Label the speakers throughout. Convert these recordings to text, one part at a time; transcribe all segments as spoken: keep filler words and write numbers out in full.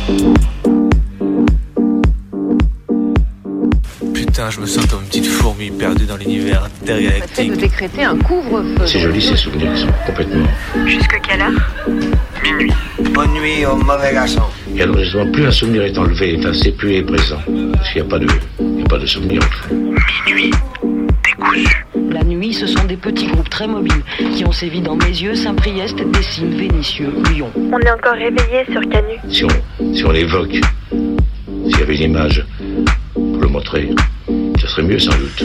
Speaker 1: Putain, je me sens comme une petite fourmi perdue dans l'univers intergalactique.
Speaker 2: De décréter un couvre-feu.
Speaker 3: C'est joli ces souvenirs, ils sont complètement...
Speaker 4: Jusque quelle heure?
Speaker 5: Minuit. Bonne nuit au mauvais garçon.
Speaker 3: Et alors justement, plus un souvenir est enlevé, enfin, c'est plus est présent. Parce qu'il n'y a pas de, il n'y a pas de souvenir en fait.
Speaker 5: Minuit. Décousu.
Speaker 2: La nuit, ce sont des petits groupes très mobiles qui ont sévi dans Mézieux, Saint-Priest, Dessines, Vénissieux, Lyon.
Speaker 4: On est encore réveillé sur Canu.
Speaker 3: Si on, si on l'évoque, s'il y avait une image pour le montrer, ça serait mieux sans doute.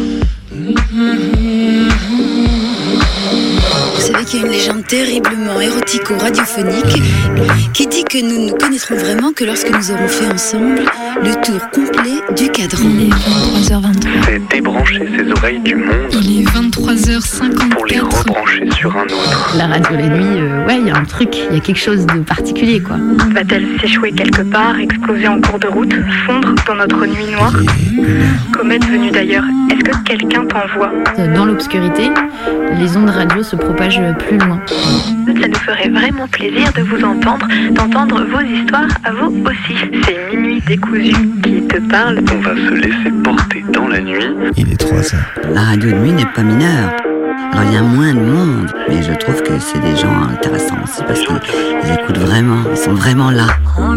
Speaker 6: Vous savez qu'il y a une légende terriblement érotico-radiophonique qui dit que nous ne nous connaîtrons vraiment que lorsque nous aurons fait ensemble le tour complet du cadran.
Speaker 7: Il est vingt-trois heures vingt-trois.
Speaker 5: C'est débrancher ses oreilles du monde.
Speaker 7: Il est vingt-trois heures cinquante-quatre.
Speaker 5: Pour les rebrancher sur un autre.
Speaker 8: La radio la nuit, euh, ouais, il y a un truc, il y a quelque chose de particulier, quoi.
Speaker 4: Va-t-elle s'échouer quelque part, exploser en cours de route, fondre dans notre nuit noire? Comète venue d'ailleurs, est-ce que quelqu'un t'envoie?
Speaker 8: Dans l'obscurité, les ondes radio se propagent plus loin.
Speaker 4: Ça nous ferait vraiment plaisir de vous entendre, d'entendre vos histoires à vous aussi. C'est Minuit décousu qui te parle.
Speaker 5: On va se laisser porter dans la nuit.
Speaker 9: Il est trois heures.
Speaker 10: La radio de nuit n'est pas mineure. Alors il y a moins de monde, mais je trouve que c'est des gens intéressants aussi parce qu'ils écoutent vraiment, ils sont vraiment là.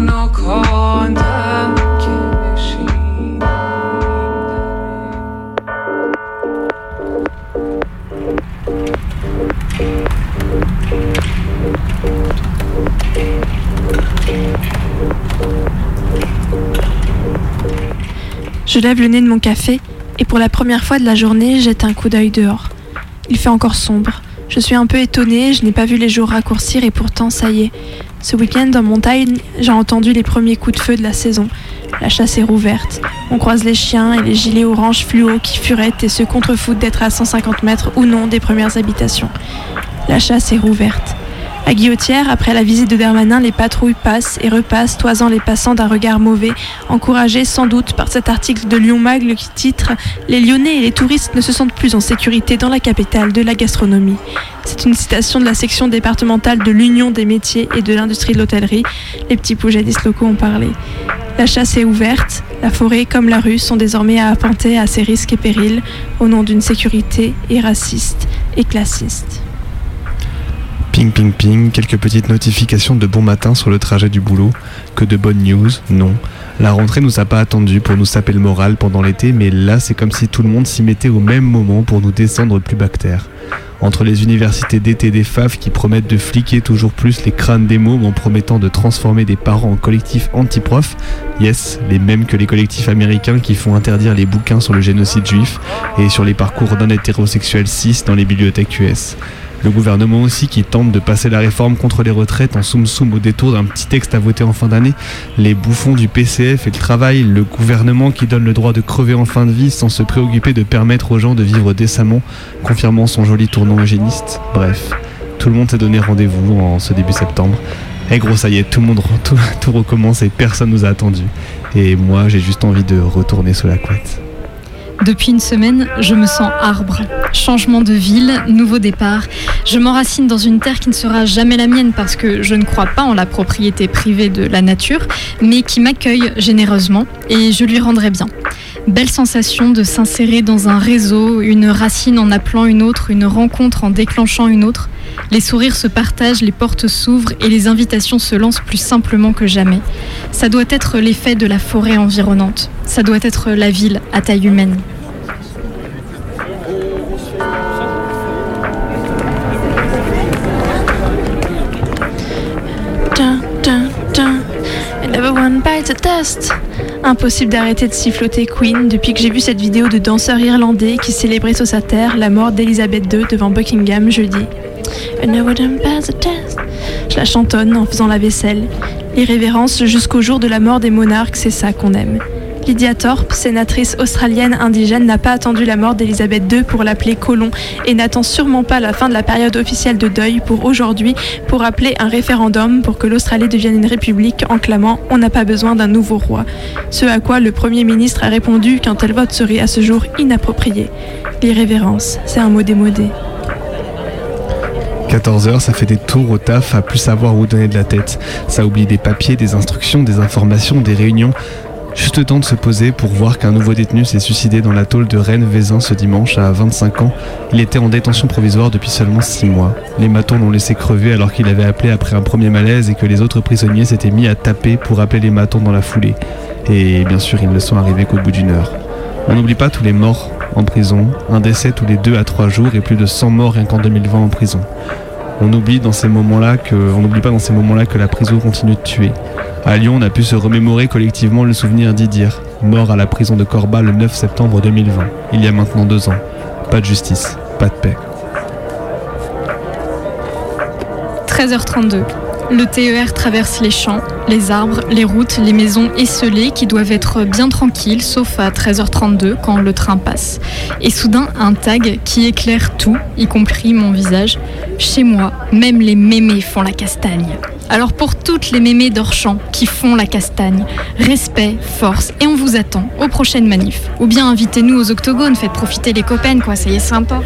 Speaker 7: Je lève le nez de mon café et pour la première fois de la journée, jette un coup d'œil dehors. Il fait encore sombre. Je suis un peu étonnée, je n'ai pas vu les jours raccourcir et pourtant ça y est. Ce week-end en montagne, j'ai entendu les premiers coups de feu de la saison. La chasse est rouverte. On croise les chiens et les gilets orange fluo qui furettent et se contrefoutent d'être à cent cinquante mètres ou non des premières habitations. La chasse est rouverte. À Guillotière, après la visite de Darmanin, les patrouilles passent et repassent, toisant les passants d'un regard mauvais, encouragés sans doute par cet article de Lyon Mag qui titre « Les Lyonnais et les touristes ne se sentent plus en sécurité dans la capitale de la gastronomie ». C'est une citation de la section départementale de l'Union des métiers et de l'industrie de l'hôtellerie. Les petits poujadistes locaux ont parlé. La chasse est ouverte, la forêt comme la rue sont désormais à apporter à ses risques et périls au nom d'une sécurité et raciste et classiste.
Speaker 9: Ping ping ping, quelques petites notifications de bon matin sur le trajet du boulot. Que de bonnes news, non. La rentrée nous a pas attendu pour nous saper le moral pendant l'été, mais là c'est comme si tout le monde s'y mettait au même moment pour nous descendre plus bactère. Entre les universités d'été des F A F qui promettent de fliquer toujours plus les crânes des mômes en promettant de transformer des parents en collectifs anti-profs, yes, les mêmes que les collectifs américains qui font interdire les bouquins sur le génocide juif et sur les parcours d'un hétérosexuel cis dans les bibliothèques U S. Le gouvernement aussi qui tente de passer la réforme contre les retraites en soum-soum au détour d'un petit texte à voter en fin d'année. Les bouffons du P C F et le travail, le gouvernement qui donne le droit de crever en fin de vie sans se préoccuper de permettre aux gens de vivre décemment, confirmant son joli tournant eugéniste. Bref, tout le monde s'est donné rendez-vous en ce début septembre. Et gros, ça y est, tout le monde, tout, tout recommence et personne nous a attendu. Et moi, j'ai juste envie de retourner sous la couette.
Speaker 7: Depuis une semaine, je me sens arbre. Changement de ville, nouveau départ. Je m'enracine dans une terre qui ne sera jamais la mienne parce que je ne crois pas en la propriété privée de la nature, mais qui m'accueille généreusement et je lui rendrai bien. Belle sensation de s'insérer dans un réseau, une racine en appelant une autre, une rencontre en déclenchant une autre. Les sourires se partagent, les portes s'ouvrent et les invitations se lancent plus simplement que jamais. Ça doit être l'effet de la forêt environnante. Ça doit être la ville à taille humaine. Everyone bites a dust. Impossible d'arrêter de siffloter Queen depuis que j'ai vu cette vidéo de danseurs irlandais qui célébraient sur sa terre la mort d'Elisabeth deux devant Buckingham jeudi. Everyone bites a dust. Je la chantonne en faisant la vaisselle. L'irrévérence jusqu'au jour de la mort des monarques, c'est ça qu'on aime. Lydia Thorpe, sénatrice australienne indigène, n'a pas attendu la mort d'Elisabeth deux pour l'appeler colon et n'attend sûrement pas la fin de la période officielle de deuil pour aujourd'hui pour appeler un référendum pour que l'Australie devienne une république en clamant « on n'a pas besoin d'un nouveau roi ». Ce à quoi le Premier ministre a répondu qu'un tel vote serait à ce jour inapproprié. L'irrévérence, c'est un mot démodé.
Speaker 9: quatorze heures, ça fait des tours au taf à plus savoir où donner de la tête. Ça oublie des papiers, des instructions, des informations, des réunions. Juste le temps de se poser pour voir qu'un nouveau détenu s'est suicidé dans la tôle de Rennes-Vézin ce dimanche à vingt-cinq ans. Il était en détention provisoire depuis seulement six mois. Les matons l'ont laissé crever alors qu'il avait appelé après un premier malaise et que les autres prisonniers s'étaient mis à taper pour appeler les matons dans la foulée. Et bien sûr, ils ne sont arrivés qu'au bout d'une heure. On n'oublie pas tous les morts en prison, un décès tous les deux à trois jours et plus de cent morts rien qu'en deux mille vingt en prison. On oublie dans ces moments-là que, on n'oublie pas dans ces moments-là que la prison continue de tuer. À Lyon, on a pu se remémorer collectivement le souvenir d'Idir, mort à la prison de Corba le neuf septembre deux mille vingt, il y a maintenant deux ans. Pas de justice, pas de paix.
Speaker 11: treize heures trente-deux. Le T E R traverse les champs, les arbres, les routes, les maisons esselées qui doivent être bien tranquilles, sauf à treize heures trente-deux quand le train passe. Et soudain, un tag qui éclaire tout, y compris mon visage. Chez moi, même les mémés font la castagne. Alors pour toutes les mémés d'Orchamps qui font la castagne, respect, force, et on vous attend aux prochaines manifs. Ou bien invitez-nous aux octogones, faites profiter les copains, quoi, ça y est sympa.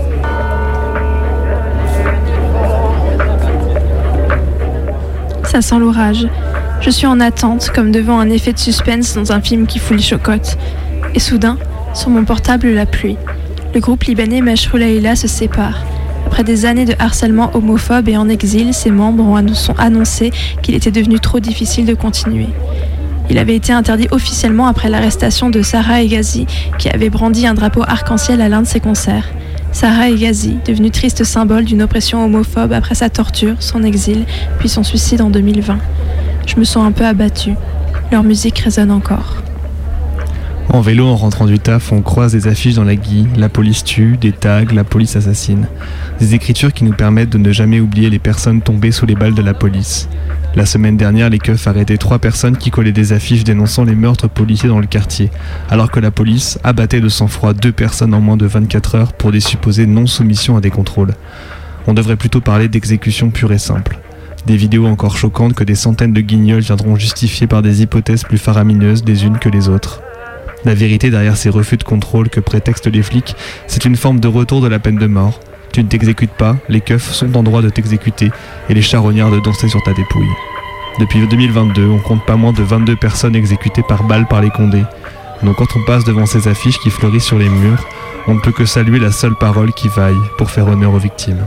Speaker 7: Ça sent l'orage. Je suis en attente, comme devant un effet de suspense dans un film qui fout les chocottes. Et soudain, sur mon portable, la pluie. Le groupe libanais Mashrou Leila se sépare. Après des années de harcèlement homophobe et en exil, ses membres ont annoncé qu'il était devenu trop difficile de continuer. Il avait été interdit officiellement après l'arrestation de Sarah Egazi, qui avait brandi un drapeau arc-en-ciel à l'un de ses concerts. Sarah Egazi, devenue triste symbole d'une oppression homophobe après sa torture, son exil, puis son suicide en deux mille vingt. Je me sens un peu abattue. Leur musique résonne encore.
Speaker 9: En vélo, en rentrant du taf, on croise des affiches dans la Guy, la police tue, des tags, la police assassine. Des écritures qui nous permettent de ne jamais oublier les personnes tombées sous les balles de la police. La semaine dernière, les keufs arrêtaient trois personnes qui collaient des affiches dénonçant les meurtres policiers dans le quartier, alors que la police abattait de sang-froid deux personnes en moins de vingt-quatre heures pour des supposées non-soumissions à des contrôles. On devrait plutôt parler d'exécution pure et simple. Des vidéos encore choquantes que des centaines de guignols viendront justifier par des hypothèses plus faramineuses les unes que les autres. La vérité derrière ces refus de contrôle que prétextent les flics, c'est une forme de retour de la peine de mort. Tu ne t'exécutes pas, les keufs sont en droit de t'exécuter et les charognards de danser sur ta dépouille. Depuis deux mille vingt-deux, on compte pas moins de vingt-deux personnes exécutées par balle par les condés. Donc quand on passe devant ces affiches qui fleurissent sur les murs, on ne peut que saluer la seule parole qui vaille pour faire honneur aux victimes.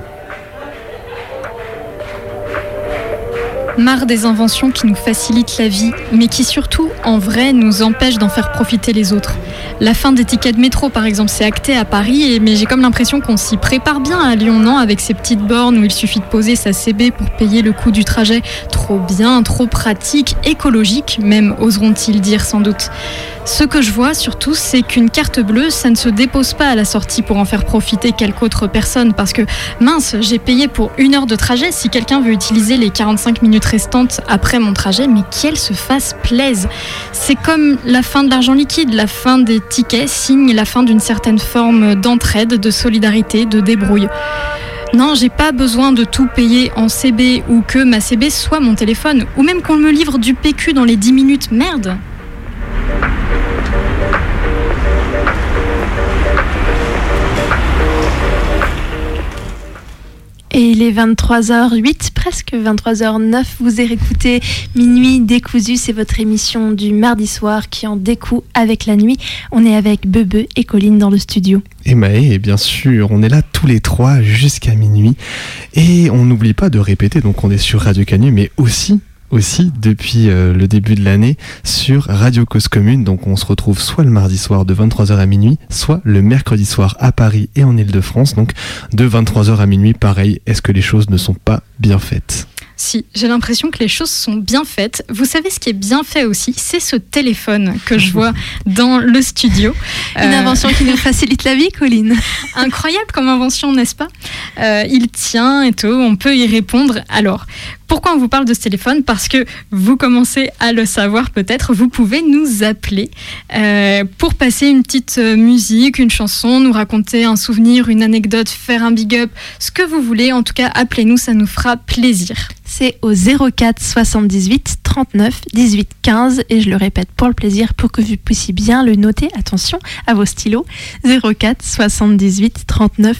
Speaker 11: Marre des inventions qui nous facilitent la vie, mais qui surtout, en vrai, nous empêchent d'en faire profiter les autres. La fin des tickets de métro, par exemple, c'est acté à Paris, mais j'ai comme l'impression qu'on s'y prépare bien à Lyon, non ? Avec ces petites bornes où il suffit de poser sa C B pour payer le coût du trajet. Trop bien, trop pratique, écologique, même oseront-ils dire sans doute. Ce que je vois surtout, c'est qu'une carte bleue, ça ne se dépose pas à la sortie pour en faire profiter quelque autre personne, parce que mince, j'ai payé pour une heure de trajet. Si quelqu'un veut utiliser les quarante-cinq minutes restantes après mon trajet, mais qu'elle se fasse plaise. C'est comme la fin de l'argent liquide, la fin des tickets signe la fin d'une certaine forme d'entraide, de solidarité, de débrouille. Non, j'ai pas besoin de tout payer en C B ou que ma C B soit mon téléphone, ou même qu'on me livre du P Q dans les dix minutes, merde.
Speaker 7: Et il est vingt-trois heures huit, presque vingt-trois heures neuf. Vous écoutez Minuit décousu, c'est votre émission du mardi soir qui en découd avec la nuit. On est avec Bebe et Colline dans le studio.
Speaker 9: Et Maë, et bien sûr, on est là tous les trois jusqu'à minuit. Et on n'oublie pas de répéter, donc on est sur Radio Canu, mais aussi... aussi depuis euh, le début de l'année sur Radio Cause Commune. Donc on se retrouve soit le mardi soir de vingt-trois heures à minuit, soit le mercredi soir à Paris et en Ile-de-France, donc de vingt-trois heures à minuit. Pareil, est-ce que les choses ne sont pas bien faites ?
Speaker 11: Si, j'ai l'impression que les choses sont bien faites. Vous savez ce qui est bien fait aussi, c'est ce téléphone que je vois dans le studio.
Speaker 7: Une euh... invention qui nous facilite la vie, Colline.
Speaker 11: Incroyable comme invention, n'est-ce pas ? euh, Il tient et tout, on peut y répondre. Alors, pourquoi on vous parle de ce téléphone ? Parce que vous commencez à le savoir peut-être, vous pouvez nous appeler euh, pour passer une petite musique, une chanson, nous raconter un souvenir, une anecdote, faire un big up, ce que vous voulez. En tout cas, appelez-nous, ça nous fera plaisir.
Speaker 7: C'est au zéro quatre soixante-dix-huit trente-neuf dix-huit quinze et je le répète pour le plaisir pour que vous puissiez bien le noter. Attention à vos stylos. zéro quatre soixante-dix-huit trente-neuf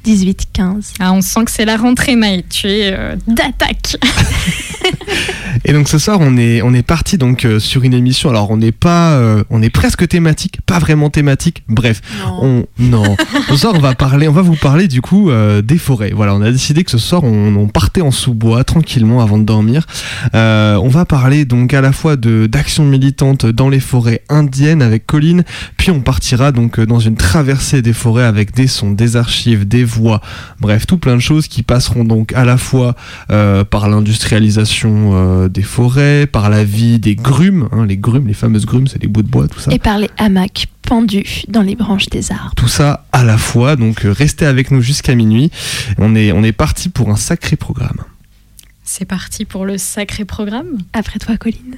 Speaker 7: dix-huit quinze.
Speaker 11: Ah, on sent que c'est la rentrée, Maë. Tu es euh, d'attaque.
Speaker 9: Et donc ce soir on est on est parti donc euh, sur une émission. Alors on n'est pas euh, on est presque thématique, pas vraiment thématique. Bref,
Speaker 7: non.
Speaker 9: on non. Ce soir on va parler, on va vous parler du coup euh, des forêts. Voilà, on a décidé que ce soir on, on partait en sous-bois tranquillement avant de dormir. Euh, on va parler donc à la fois de d'actions militantes dans les forêts indiennes avec Colline, puis on partira donc dans une traversée des forêts avec des sons, des archives, des voix. Bref, tout plein de choses qui passeront donc à la fois euh, par l'industrialisation euh, des forêts, par la vie des grumes, hein, les grumes, les fameuses grumes, c'est des bouts de bois, tout ça.
Speaker 7: Et par les hamacs pendus dans les branches des arbres.
Speaker 9: Tout ça à la fois, donc euh, restez avec nous jusqu'à minuit. On est, on est parti pour un sacré programme.
Speaker 11: C'est parti pour le sacré programme.
Speaker 7: Après toi, Colline.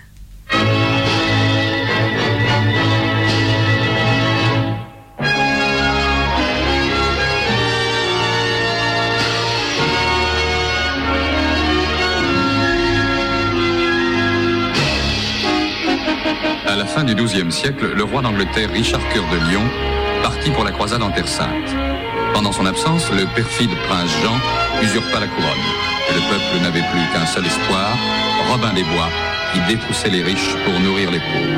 Speaker 12: À la fin du douzième siècle, le roi d'Angleterre Richard Cœur de Lion partit pour la croisade en Terre Sainte. Pendant son absence, le perfide prince Jean usurpa la couronne. Et le peuple n'avait plus qu'un seul espoir, Robin des Bois, qui détroussait les riches pour nourrir les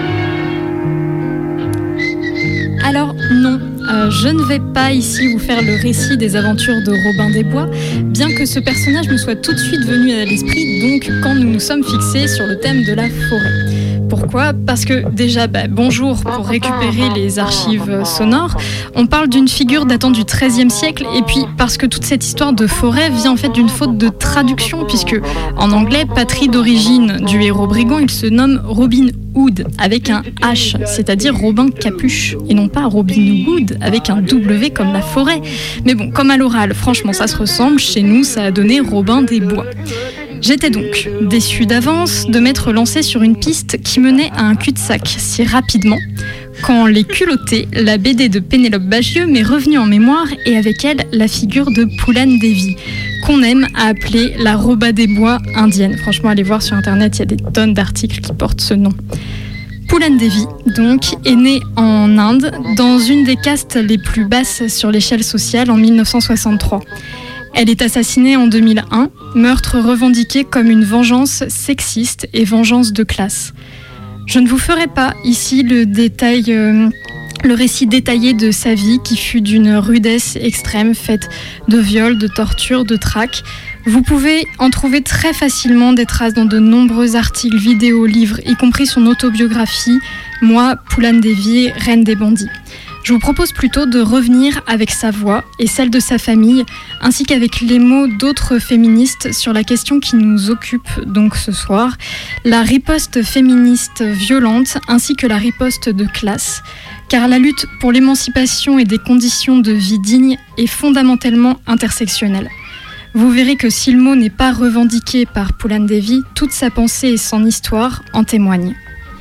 Speaker 12: pauvres.
Speaker 11: Alors non, euh, je ne vais pas ici vous faire le récit des aventures de Robin des Bois, bien que ce personnage me soit tout de suite venu à l'esprit, donc quand nous nous sommes fixés sur le thème de la forêt. Pourquoi ? Parce que déjà, bah, bonjour, pour récupérer les archives sonores, on parle d'une figure datant du treizième siècle, et puis parce que toute cette histoire de forêt vient en fait d'une faute de traduction, puisque en anglais, patrie d'origine du héros brigand, il se nomme Robin Hood, avec un H, c'est-à-dire Robin Capuche, et non pas Robin Hood, avec un W comme la forêt. Mais bon, comme à l'oral, franchement, ça se ressemble, chez nous, ça a donné Robin des Bois. J'étais donc déçue d'avance de m'être lancée sur une piste qui menait à un cul-de-sac si rapidement, quand Les Culottés, la B D de Pénélope Bagieux, m'est revenue en mémoire, et avec elle la figure de Poulan Devi, qu'on aime à appeler la Roba des Bois indienne. Franchement, allez voir sur internet, il y a des tonnes d'articles qui portent ce nom. Poulan Devi, donc, est née en Inde, dans une des castes les plus basses sur l'échelle sociale en mille neuf cent soixante-trois. Elle est assassinée en deux mille un, meurtre revendiqué comme une vengeance sexiste et vengeance de classe. Je ne vous ferai pas ici le détail, euh, le récit détaillé de sa vie qui fut d'une rudesse extrême, faite de viols, de tortures, de traques. Vous pouvez en trouver très facilement des traces dans de nombreux articles, vidéos, livres, y compris son autobiographie « Moi, Poulan Devi, reine des bandits ». Je vous propose plutôt de revenir avec sa voix et celle de sa famille, ainsi qu'avec les mots d'autres féministes sur la question qui nous occupe donc ce soir, la riposte féministe violente ainsi que la riposte de classe, car la lutte pour l'émancipation et des conditions de vie dignes est fondamentalement intersectionnelle. Vous verrez que si le mot n'est pas revendiqué par Poulan Devi, toute sa pensée et son histoire en témoignent.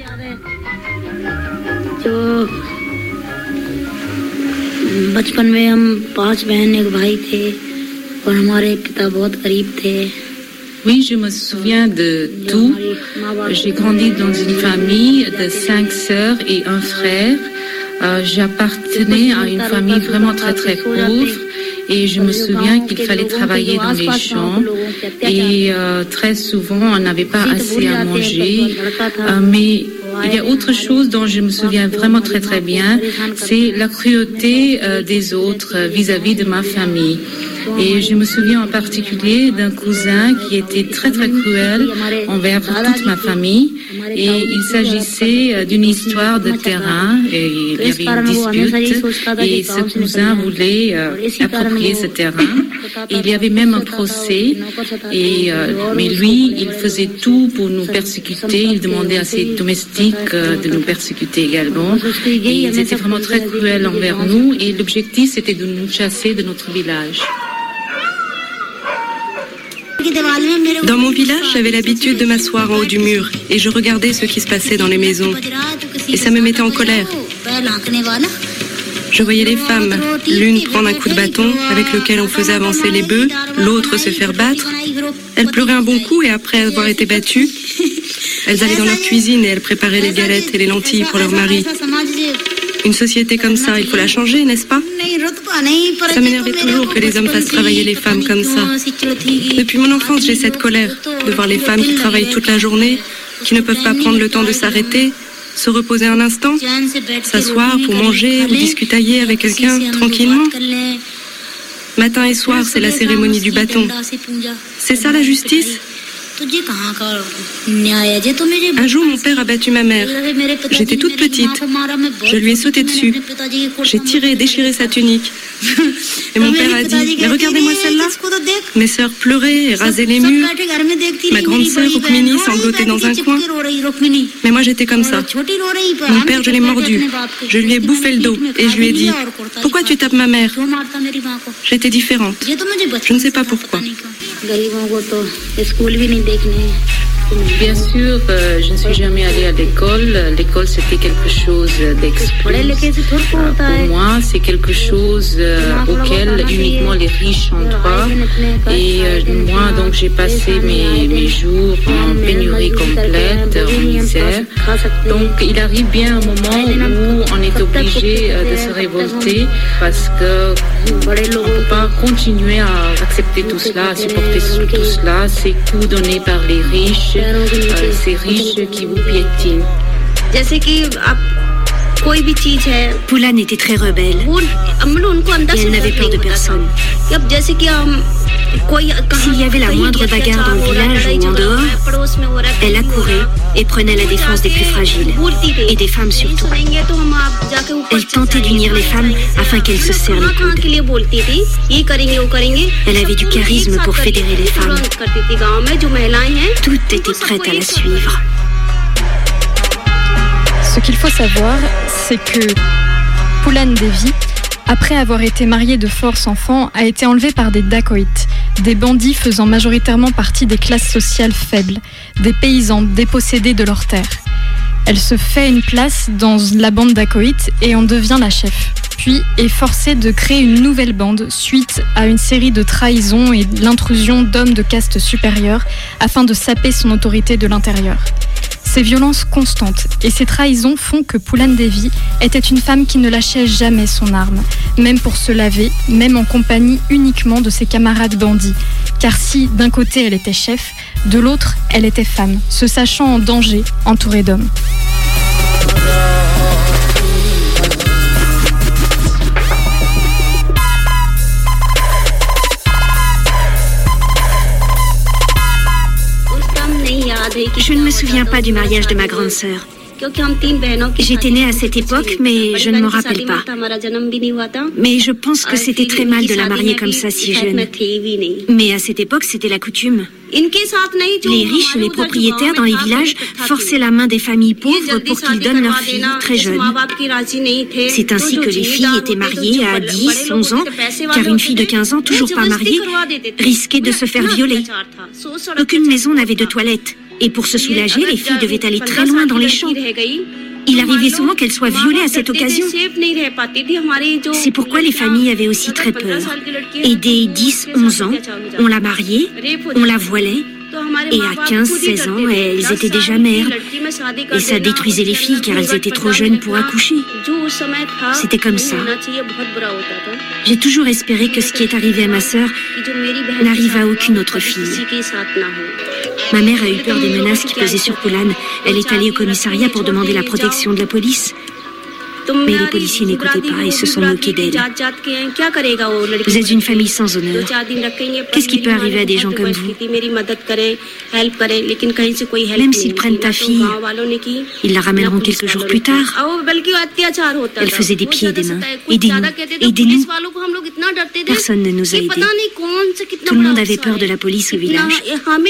Speaker 13: बचपन में हम पांच बहन एक भाई थे और हमारे पिता बहुत गरीब थे.
Speaker 14: Oui, je me souviens de tout. J'ai grandi dans une famille de cinq sœurs et un frère. Euh, j'appartenais à une famille vraiment très très pauvre et je me souviens qu'il fallait travailler dans les champs et euh, très souvent on n'avait pas assez à manger. Euh, mais il y a autre chose dont je me souviens vraiment très très bien, c'est la cruauté euh, des autres vis-à-vis de ma famille. Et je me souviens en particulier d'un cousin qui était très très cruel envers toute ma famille. Et il s'agissait d'une histoire de terrain. Et il y avait une dispute et ce cousin voulait euh, approprier ce terrain. Et il y avait même un procès. Et, euh, mais lui, il faisait tout pour nous persécuter. Il demandait à ses domestiques euh, de nous persécuter également. Et ils étaient vraiment très cruels envers nous. Et l'objectif, c'était de nous chasser de notre village.
Speaker 15: Dans mon village, j'avais l'habitude de m'asseoir en haut du mur et je regardais ce qui se passait dans les maisons. Et ça me mettait en colère. Je voyais les femmes, l'une prendre un coup de bâton avec lequel on faisait avancer les bœufs, l'autre se faire battre. Elles pleuraient un bon coup et après avoir été battues, elles allaient dans leur cuisine et elles préparaient les galettes et les lentilles pour leur mari. Une société comme ça, il faut la changer, n'est-ce pas ? Ça m'énervait toujours que les hommes fassent travailler les femmes comme ça. Depuis mon enfance, j'ai cette colère de voir les femmes qui travaillent toute la journée, qui ne peuvent pas prendre le temps de s'arrêter, se reposer un instant, s'asseoir pour manger ou discutailler avec quelqu'un tranquillement. Matin et soir, c'est la cérémonie du bâton. C'est ça la justice ? Un jour, mon père a battu ma mère. J'étais toute petite. Je lui ai sauté dessus. J'ai tiré et déchiré sa tunique. Et mon père a dit « Mais regardez-moi celle-là !» Mes sœurs pleuraient et rasaient les murs. Ma grande sœur, Rukmini, sanglotait dans un coin. Mais moi, j'étais comme ça. Mon père, je l'ai mordu. Je lui ai bouffé le dos et je lui ai dit « Pourquoi tu tapes ma mère ?» J'étais différente. Je ne sais pas pourquoi.
Speaker 14: Bien sûr, euh, je ne suis jamais allée à l'école. L'école, c'était quelque chose d'exprès. Euh, pour moi, c'est quelque chose euh, auquel uniquement les riches ont droit. Et euh, moi, donc, j'ai passé mes, mes jours en pénurie complète, en misère. Donc, il arrive bien un moment où on est obligé euh, de se révolter parce que on ne peut pas continuer à accepter tout cela, à supporter tout cela, ces coups donnés par les riches. Euh, ces riches qui vous piétinent.
Speaker 16: Poulane était très rebelle et elle n'avait peur de personne. S'il y avait la moindre bagarre dans le village ou en dehors, elle accourait et prenait la défense des plus fragiles, et des femmes surtout. Elle tentait d'unir les femmes afin qu'elles se serrent les coudes. Elle avait du charisme pour fédérer les femmes. Toutes étaient prêtes à la suivre.
Speaker 11: Ce qu'il faut savoir, c'est que Phulane Devi, après avoir été mariée de force enfant, a été enlevée par des dacoïtes, des bandits faisant majoritairement partie des classes sociales faibles, des paysans dépossédés de leurs terres. Elle se fait une place dans la bande dacoïte et en devient la chef, puis est forcée de créer une nouvelle bande suite à une série de trahisons et l'intrusion d'hommes de caste supérieure afin de saper son autorité de l'intérieur. Ces violences constantes et ces trahisons font que Phulane Devi était une femme qui ne lâchait jamais son arme, même pour se laver, même en compagnie uniquement de ses camarades bandits. Car si d'un côté elle était chef, de l'autre elle était femme, se sachant en danger, entourée d'hommes.
Speaker 16: Je ne me souviens pas du mariage de ma grande sœur. J'étais née à cette époque, mais je ne m'en rappelle pas. Mais je pense que c'était très mal de la marier comme ça si jeune. Mais à cette époque, c'était la coutume. Les riches et les propriétaires dans les villages forçaient la main des familles pauvres pour qu'ils donnent leurs filles très jeunes. C'est ainsi que les filles étaient mariées à dix, onze ans, car une fille de quinze ans, toujours pas mariée, risquait de se faire violer. Aucune maison n'avait de toilette. Et pour se soulager, les filles devaient aller très loin dans les champs. Il arrivait souvent qu'elles soient violées à cette occasion. C'est pourquoi les familles avaient aussi très peur. Et dès dix, onze ans, on la mariait, on la voilait, et à quinze, seize ans, elles étaient déjà mères. Et ça détruisait les filles car elles étaient trop jeunes pour accoucher. C'était comme ça. J'ai toujours espéré que ce qui est arrivé à ma sœur n'arrive à aucune autre fille. Ma mère a eu peur des menaces qui pesaient sur Phulane. Elle est allée au commissariat pour demander la protection de la police. Mais les policiers n'écoutaient pas et se sont moqués d'elle. Vous êtes une famille sans honneur. Qu'est-ce qui peut arriver à des gens comme vous? Même s'ils prennent ta fille, ils la ramèneront quelques jours plus tard. Elle faisait des pieds et des mains. Aidez-nous, aidez-nous. Personne ne nous a aidés. Tout le monde avait peur de la police au village.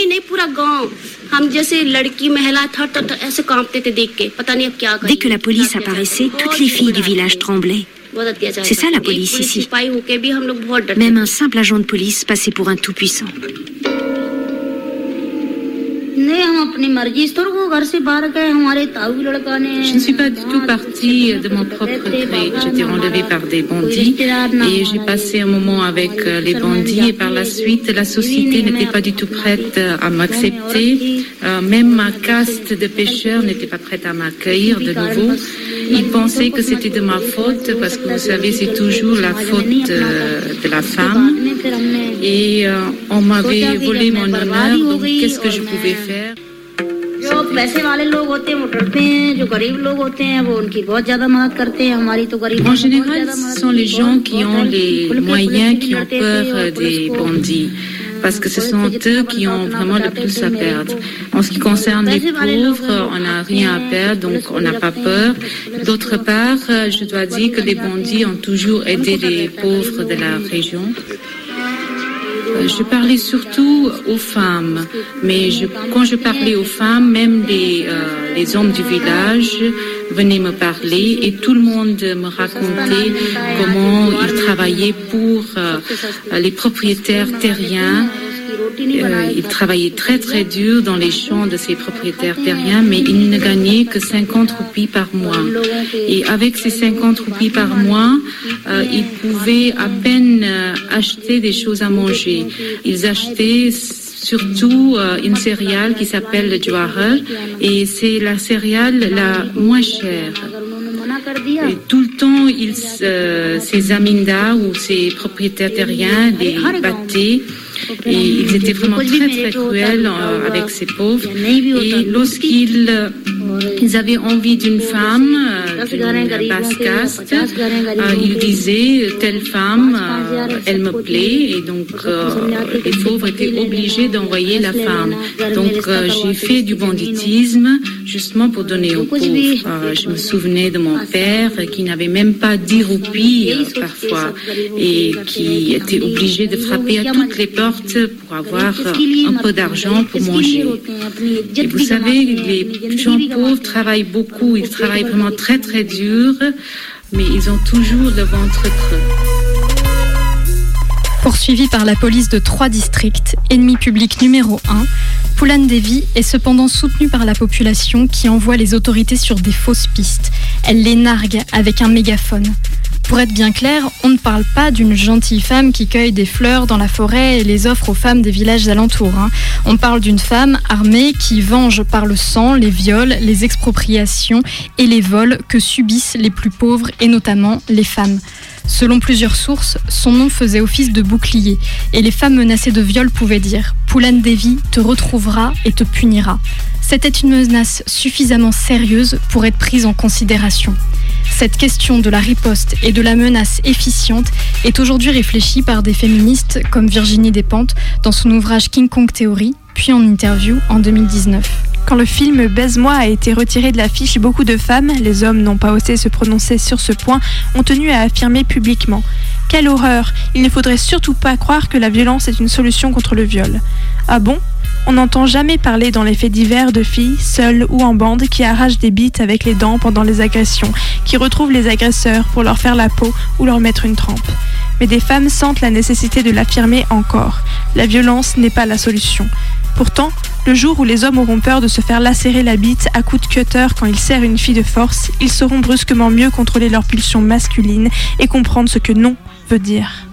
Speaker 16: Dès que la police apparaissait, toutes les filles du village tremblaient. C'est ça la police ici. Même un simple agent de police passait pour un tout-puissant.
Speaker 14: Je ne suis pas du tout partie de mon propre gré. J'étais enlevée par des bandits et j'ai passé un moment avec les bandits et par la suite, la société n'était pas du tout prête à m'accepter. Euh, même ma caste de pêcheurs n'était pas prête à m'accueillir de nouveau. Ils pensaient que c'était de ma faute parce que vous savez, c'est toujours la faute euh, de la femme. Et euh, on m'avait volé mon honneur, donc qu'est-ce que je pouvais faire ? En général, ce sont les gens qui ont les moyens, qui ont peur des bandits, parce que ce sont eux qui ont vraiment le plus à perdre. En ce qui concerne les pauvres, on n'a rien à perdre, donc on n'a pas peur. D'autre part, je dois dire que les bandits ont toujours aidé les pauvres de la région. Je parlais surtout aux femmes, mais je, quand je parlais aux femmes, même les, euh, les hommes du village venaient me parler et tout le monde me racontait comment ils travaillaient pour euh, les propriétaires terriens. Euh, ils travaillaient très très dur dans les champs de ces propriétaires terriens, mais ils ne gagnaient que cinquante roupies par mois. Et avec ces cinquante roupies par mois, euh, ils pouvaient à peine euh, acheter des choses à manger. Ils achetaient surtout euh, une céréale qui s'appelle le jowar, et c'est la céréale la moins chère. Et tout le temps, ils, euh, ces amindas ou ces propriétaires terriens les battaient. Et ils étaient vraiment très très cruels euh, avec ces pauvres. Et lorsqu'ils euh, ils avaient envie d'une femme, euh, d'une basse caste, euh, ils disaient telle femme, euh, elle me plaît, et donc euh, les pauvres étaient obligés d'envoyer la femme. Donc euh, j'ai fait du banditisme justement pour donner aux pauvres. Euh, je me souvenais de mon père qui n'avait même pas dix roupies euh, parfois et qui était obligé de frapper à toutes les portes pour avoir un peu d'argent pour manger. Et vous savez, les gens pauvres travaillent beaucoup, ils travaillent vraiment très très dur, mais ils ont toujours le ventre creux.
Speaker 11: Poursuivi par la police de trois districts, ennemi public numéro un, Poulan Devi est cependant soutenue par la population qui envoie les autorités sur des fausses pistes. Elle les nargue avec un mégaphone. Pour être bien clair, on ne parle pas d'une gentille femme qui cueille des fleurs dans la forêt et les offre aux femmes des villages alentours. Hein. On parle d'une femme armée qui venge par le sang les viols, les expropriations et les vols que subissent les plus pauvres et notamment les femmes. Selon plusieurs sources, son nom faisait office de bouclier et les femmes menacées de viol pouvaient dire « Poulan Devi te retrouvera et te punira ». C'était une menace suffisamment sérieuse pour être prise en considération. Cette question de la riposte et de la menace efficiente est aujourd'hui réfléchie par des féministes comme Virginie Despentes dans son ouvrage King Kong Theory, puis en interview en deux mille dix-neuf.
Speaker 7: Quand le film Baise-moi a été retiré de l'affiche, beaucoup de femmes, les hommes n'ont pas osé se prononcer sur ce point, ont tenu à affirmer publiquement « Quelle horreur! Il ne faudrait surtout pas croire que la violence est une solution contre le viol. » Ah bon ? On n'entend jamais parler dans les faits divers de filles, seules ou en bande, qui arrachent des bites avec les dents pendant les agressions, qui retrouvent les agresseurs pour leur faire la peau ou leur mettre une trempe. Mais des femmes sentent la nécessité de l'affirmer encore. La violence n'est pas la solution. Pourtant, le jour où les hommes auront peur de se faire lacérer la bite à coups de cutter quand ils serrent une fille de force, ils sauront brusquement mieux contrôler leurs pulsions masculines et comprendre ce que non veut dire.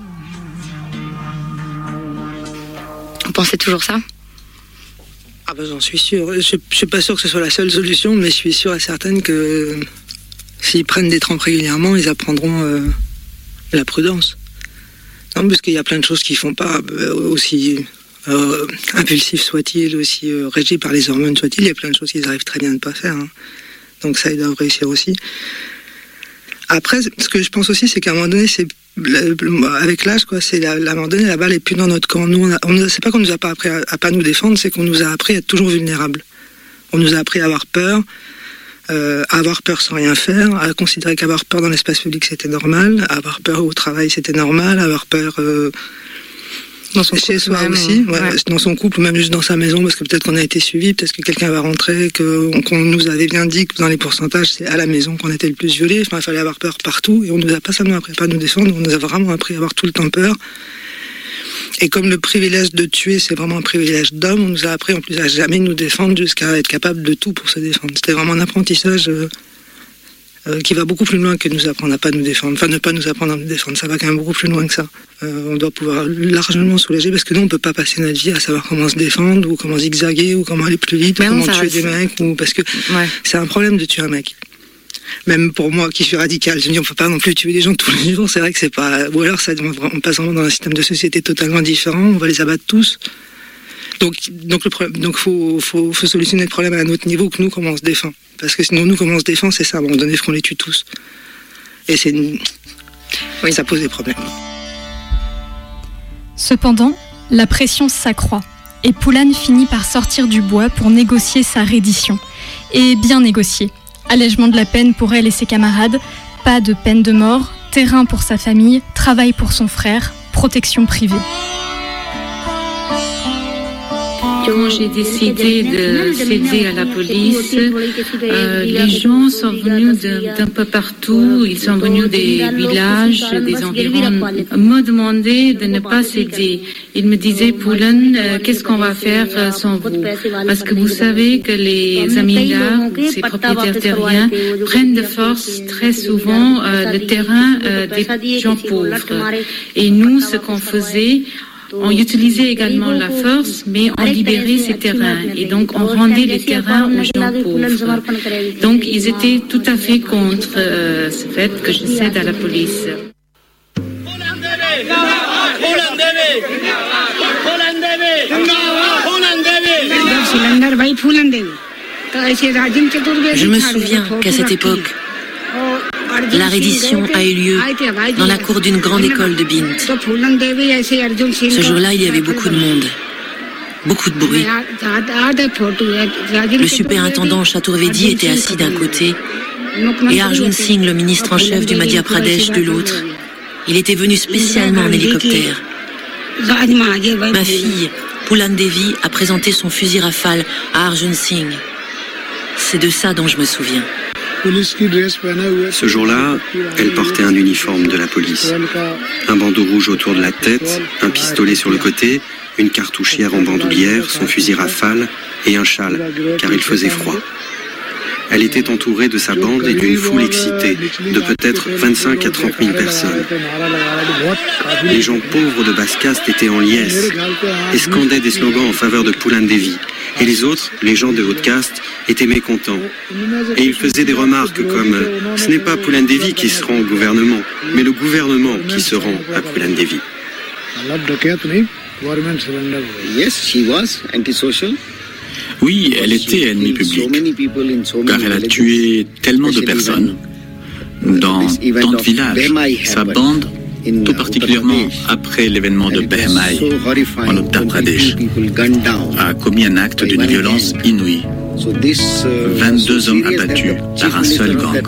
Speaker 17: Vous pensez toujours ça ?
Speaker 18: Ah ben j'en suis sûr. Je, je suis pas sûr que ce soit la seule solution, mais je suis sûr et certaine que s'ils prennent des trempes régulièrement, ils apprendront euh, la prudence. Non, parce qu'il y a plein de choses qu'ils font pas, euh, aussi euh, impulsifs soient-ils, aussi euh, régis par les hormones soient-ils, il y a plein de choses qu'ils arrivent très bien de pas faire. Hein. Donc ça, ils doivent réussir aussi. Après, ce que je pense aussi, c'est qu'à un moment donné, c'est avec l'âge, quoi, c'est à un moment donné, la balle est plus dans notre camp. Nous, on a, on, c'est pas qu'on nous a pas appris à, à pas nous défendre, c'est qu'on nous a appris à être toujours vulnérables. On nous a appris à avoir peur, euh, à avoir peur sans rien faire, à considérer qu'avoir peur dans l'espace public c'était normal, à avoir peur au travail c'était normal, à avoir peur euh, dans son chez soi même, aussi, ouais, ouais. Dans son couple ou même juste dans sa maison, parce que peut-être qu'on a été suivi, peut-être que quelqu'un va rentrer, que, qu'on nous avait bien dit que dans les pourcentages c'est à la maison qu'on était le plus violé. Enfin, il fallait avoir peur partout et on nous a pas seulement appris à pas nous défendre, on nous a vraiment appris à avoir tout le temps peur. Et comme le privilège de tuer, c'est vraiment un privilège d'homme, on nous a appris en plus à jamais nous défendre jusqu'à être capable de tout pour se défendre. C'était vraiment un apprentissage euh, euh, qui va beaucoup plus loin que nous apprendre à pas nous défendre. Enfin, ne pas nous apprendre à nous défendre, ça va quand même beaucoup plus loin que ça. Euh, on doit pouvoir largement soulager parce que nous, on peut pas passer notre vie à savoir comment se défendre ou comment zigzaguer ou comment aller plus vite, ou comment tuer des mecs, ou parce que ouais. c'est un problème de tuer un mec. Même pour moi qui suis radical, je me dis on peut pas non plus tuer des gens tous les jours, c'est vrai que c'est pas... Ou alors ça, on passe vraiment dans un système de société totalement différent, on va les abattre tous. Donc, donc le problème, donc faut, faut, faut solutionner le problème à un autre niveau que nous, comment on se défend. Parce que sinon, nous, comment on se défend, c'est ça, à un moment donné, il faut qu'on les tue tous. Et c'est... Oui, ça pose des problèmes.
Speaker 11: Cependant, la pression s'accroît, et Poulan finit par sortir du bois pour négocier sa reddition. Et bien négocier. Allègement de la peine pour elle et ses camarades, pas de peine de mort, terrain pour sa famille, travail pour son frère, protection privée.
Speaker 14: Quand j'ai décidé de céder à la police, euh, les gens sont venus de, d'un peu partout, ils sont venus des villages, des environs, me demandaient de ne pas céder. Ils me disaient, Poulan, euh, qu'est-ce qu'on va faire euh, sans vous? Parce que vous savez que les zamindars, ces propriétaires terriens, prennent de force très souvent euh, le terrain euh, des gens pauvres. Et nous, ce qu'on faisait, on utilisait également la force, mais on libérait ces terrains. Et donc, on rendait les terrains aux gens pauvres. Donc, ils étaient tout à fait contre euh, ce fait que je cède à la police.
Speaker 19: Je me souviens qu'à cette époque, la reddition a eu lieu dans la cour d'une grande école de Bint. Ce jour-là, il y avait beaucoup de monde, beaucoup de bruit. Le superintendant Chaturvedi était assis d'un côté et Arjun Singh, le ministre en chef du Madhya Pradesh, de l'autre. Il était venu spécialement en hélicoptère. Ma fille, Poulan Devi, a présenté son fusil rafale à Arjun Singh. C'est de ça dont je me souviens.
Speaker 20: Ce jour-là, elle portait un uniforme de la police. Un bandeau rouge autour de la tête, un pistolet sur le côté, une cartouchière en bandoulière, son fusil rafale et un châle, car il faisait froid. Elle était entourée de sa bande et d'une foule excitée, de peut-être vingt-cinq à trente mille personnes. Les gens pauvres de basse caste étaient en liesse et scandaient des slogans en faveur de Poulan Devi. Et les autres, les gens de haute caste, étaient mécontents. Et ils faisaient des remarques comme « Ce n'est pas Poulan Devi qui se rend au gouvernement, mais le gouvernement qui se rend à Poulan Devi. »
Speaker 21: Oui, elle était ennemie publique, car elle a tué tellement de personnes dans tant de villages. Sa bande, tout particulièrement après l'événement de Behmai en Uttar Pradesh, a commis un acte d'une violence inouïe. vingt-deux hommes abattus par un seul gang.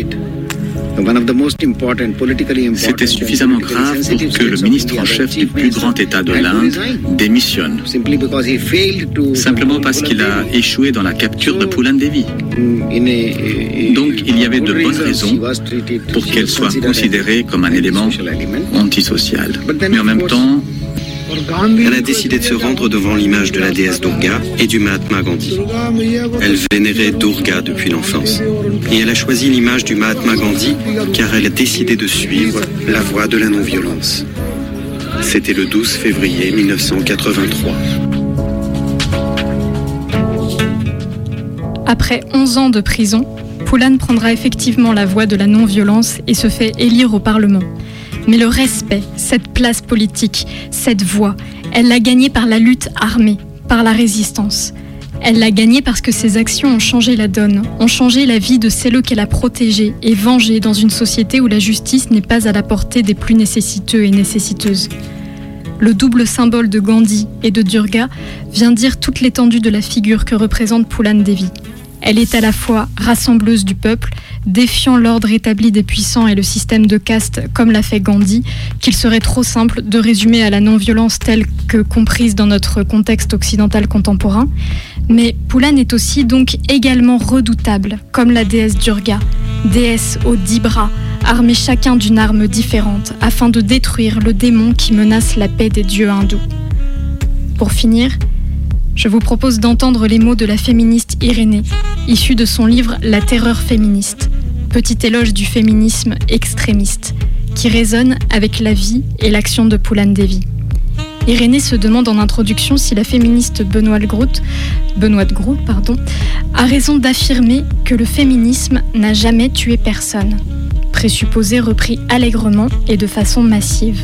Speaker 21: C'était suffisamment grave pour que le ministre en chef du plus grand État de l'Inde démissionne, simplement parce qu'il a échoué dans la capture de Poulan Devi. Donc il y avait de bonnes raisons pour qu'elle soit considérée comme un élément antisocial. Mais en même temps,
Speaker 20: elle a décidé de se rendre devant l'image de la déesse Durga et du Mahatma Gandhi. Elle vénérait Durga depuis l'enfance. Et elle a choisi l'image du Mahatma Gandhi car elle a décidé de suivre la voie de la non-violence. C'était le douze février mille neuf cent quatre-vingt-trois.
Speaker 11: Après onze ans de prison, Poulan prendra effectivement la voie de la non-violence et se fait élire au Parlement. Mais le respect, cette place politique, cette voix, elle l'a gagnée par la lutte armée, par la résistance. Elle l'a gagnée parce que ses actions ont changé la donne, ont changé la vie de celles qu'elle a protégées et vengées dans une société où la justice n'est pas à la portée des plus nécessiteux et nécessiteuses. Le double symbole de Gandhi et de Durga vient dire toute l'étendue de la figure que représente Poulan Devi. Elle est à la fois rassembleuse du peuple, défiant l'ordre établi des puissants et le système de caste comme l'a fait Gandhi, qu'il serait trop simple de résumer à la non-violence telle que comprise dans notre contexte occidental contemporain. Mais Poulan est aussi donc également redoutable, comme la déesse Durga, déesse aux dix bras, armés chacun d'une arme différente, afin de détruire le démon qui menace la paix des dieux hindous. Pour finir, je vous propose d'entendre les mots de la féministe Irénée, issue de son livre « La terreur féministe », petit éloge du féminisme extrémiste, qui résonne avec la vie et l'action de Phoolan Devi. Irénée se demande en introduction si la féministe Benoît de Groot, Benoît de Groot pardon, a raison d'affirmer que le féminisme n'a jamais tué personne, présupposé repris allègrement et de façon massive.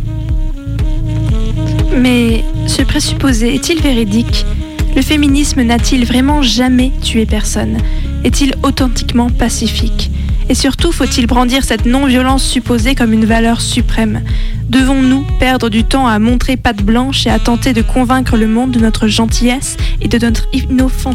Speaker 7: Mais ce présupposé est-il véridique ? Le féminisme n'a-t-il vraiment jamais tué personne ? Est-il authentiquement pacifique ? Et surtout, faut-il brandir cette non-violence supposée comme une valeur suprême ? Devons-nous perdre du temps à montrer patte blanche et à tenter de convaincre le monde de notre gentillesse et de notre inoffensivité ?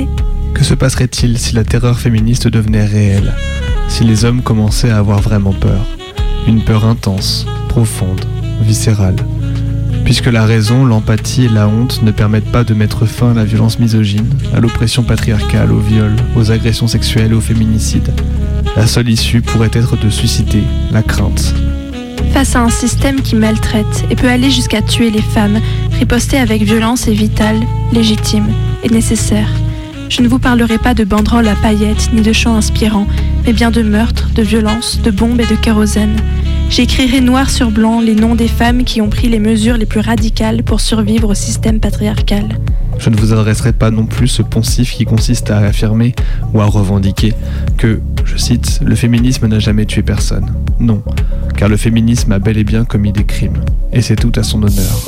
Speaker 9: Que se passerait-il si la terreur féministe devenait réelle ? Si les hommes commençaient à avoir vraiment peur ? Une peur intense, profonde, viscérale. Puisque la raison, l'empathie et la honte ne permettent pas de mettre fin à la violence misogyne, à l'oppression patriarcale, au viol, aux agressions sexuelles et aux féminicides. La seule issue pourrait être de susciter la crainte.
Speaker 7: Face à un système qui maltraite et peut aller jusqu'à tuer les femmes, riposter avec violence est vital, légitime et nécessaire. Je ne vous parlerai pas de banderoles à paillettes ni de chants inspirants, mais bien de meurtres, de violences, de bombes et de kérosène. J'écrirai noir sur blanc les noms des femmes qui ont pris les mesures les plus radicales pour survivre au système patriarcal.
Speaker 9: Je ne vous adresserai pas non plus ce poncif qui consiste à affirmer ou à revendiquer que, je cite, le féminisme n'a jamais tué personne. Non, car le féminisme a bel et bien commis des crimes, et c'est tout à son honneur.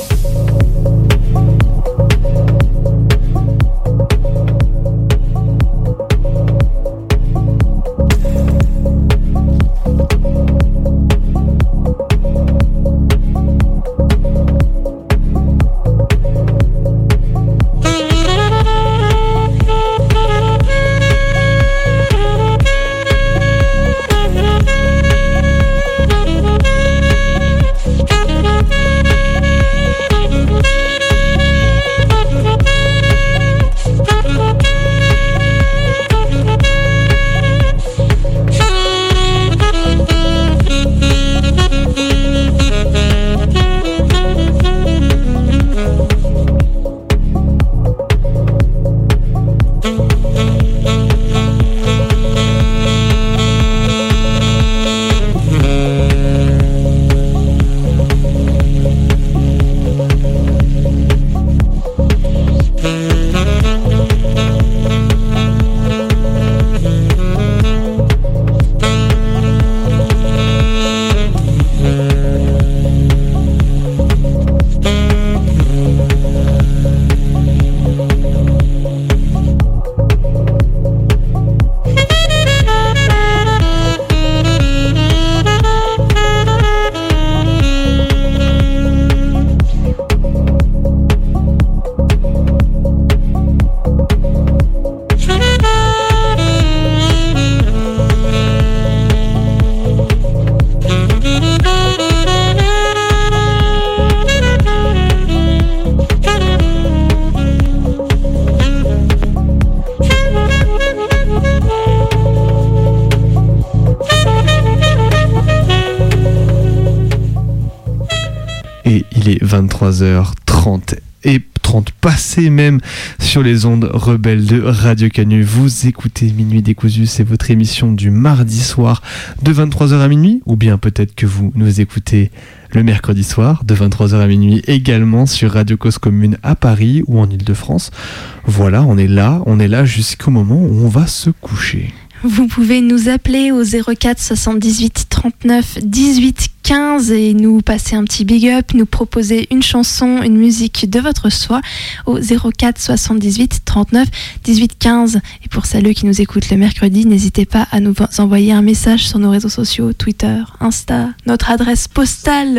Speaker 9: vingt-trois heures trente et trente passées même sur les ondes rebelles de Radio Canu. Vous écoutez Minuit Décousu, c'est votre émission du mardi soir de vingt-trois heures à minuit, ou bien peut-être que vous nous écoutez le mercredi soir de vingt-trois heures à minuit également sur Radio Cause Commune à Paris ou en Ile-de-France. Voilà, on est là, on est là jusqu'au moment où on va se coucher.
Speaker 7: Vous pouvez nous appeler au zéro quatre soixante-dix-huit trente-neuf dix-huit quinze et nous passer un petit big up, nous proposer une chanson, une musique de votre choix au zéro quatre soixante-dix-huit trente-neuf dix-huit quinze. Et pour celles qui nous écoutent le mercredi, n'hésitez pas à nous envoyer un message sur nos réseaux sociaux, Twitter, Insta, notre adresse postale.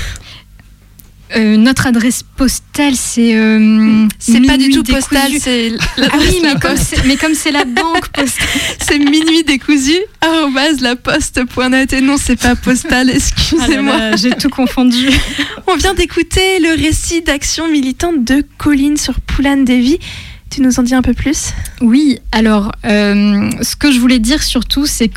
Speaker 11: Euh, notre adresse postale, c'est... Euh,
Speaker 7: c'est pas du tout postal, c'est...
Speaker 11: Ah oui, mais comme, c'est, mais comme c'est la banque postale.
Speaker 7: C'est minuit décousu, arrobase laposte point net. Et non, c'est pas postal, excusez-moi.
Speaker 11: Ah là là, j'ai tout confondu.
Speaker 7: On vient d'écouter le récit d'action militante de Colline sur Phoolan Devi. Tu nous en dis un peu plus ?
Speaker 11: Oui, alors, euh, ce que je voulais dire surtout, c'est que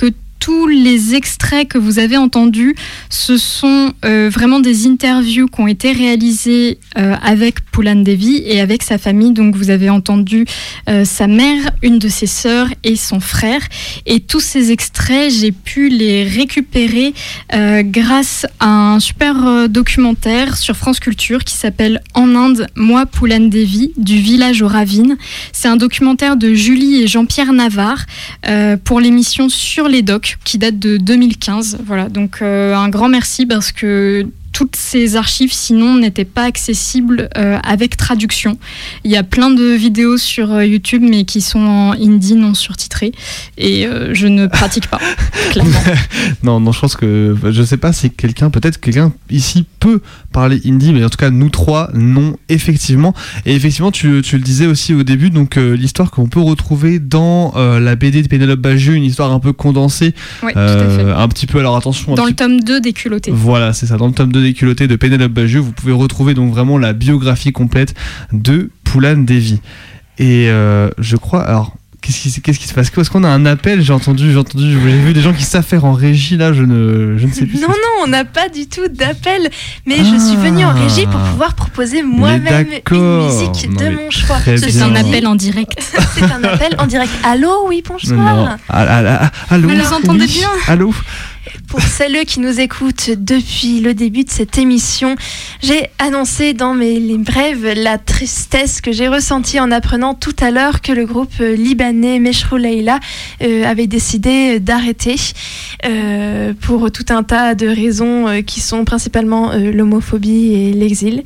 Speaker 11: tous les extraits que vous avez entendus, ce sont euh, vraiment des interviews qui ont été réalisées euh, avec Phoolan Devi et avec sa famille. Donc vous avez entendu euh, sa mère, une de ses sœurs et son frère. Et tous ces extraits, j'ai pu les récupérer euh, grâce à un super euh, documentaire sur France Culture qui s'appelle « En Inde, moi Phoolan Devi, du village aux ravines ». C'est un documentaire de Julie et Jean-Pierre Navarre euh, pour l'émission Sur les Docs qui date de deux mille quinze. Voilà, donc euh, un grand merci parce que toutes ces archives, sinon, n'étaient pas accessibles euh, avec traduction. Il y a plein de vidéos sur euh, YouTube, mais qui sont en hindi, non surtitrées. Et euh, je ne pratique pas, clairement.
Speaker 9: non, non, je pense que... Je sais pas si quelqu'un, peut-être quelqu'un ici peut parler hindi, mais en tout cas, nous trois, non, effectivement. Et effectivement, tu, tu le disais aussi au début, donc euh, l'histoire qu'on peut retrouver dans euh, la B D de Pénélope Bagieux, une histoire un peu condensée.
Speaker 11: Oui,
Speaker 9: euh,
Speaker 11: tout à fait.
Speaker 9: Un petit peu, alors attention...
Speaker 11: Dans
Speaker 9: le
Speaker 11: petit... tome deux des culottés.
Speaker 9: Voilà, c'est ça, dans le tome deux des culottés de Pénélope Bagieux, vous pouvez retrouver donc vraiment la biographie complète de Phoolan Devi. Et euh, je crois, alors qu'est-ce qui, qu'est-ce qui se passe? Est-ce qu'on a un appel? J'ai entendu, j'ai entendu, j'ai vu des gens qui savent faire en régie là, je ne, je ne sais plus.
Speaker 7: Non, non, on n'a pas du tout d'appel, mais ah, je suis venue en régie pour pouvoir proposer moi-même une musique non, de mon choix.
Speaker 11: C'est un appel en direct.
Speaker 7: C'est un appel en direct. Allô, oui, bonsoir.
Speaker 9: Non. Ah, allô.
Speaker 11: Vous nous entendez
Speaker 9: oui.
Speaker 11: bien?
Speaker 9: Allô.
Speaker 7: Pour celles qui nous écoutent depuis le début de cette émission, j'ai annoncé dans mes les brèves la tristesse que j'ai ressentie en apprenant tout à l'heure que le groupe libanais Meshrou Leila euh, avait décidé d'arrêter euh, pour tout un tas de raisons euh, qui sont principalement euh, l'homophobie et l'exil.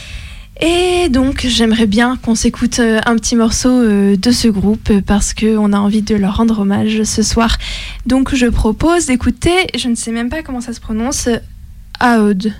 Speaker 7: Et donc j'aimerais bien qu'on s'écoute un petit morceau de ce groupe parce qu'on a envie de leur rendre hommage ce soir. Donc je propose d'écouter, je ne sais même pas comment ça se prononce, Aoud.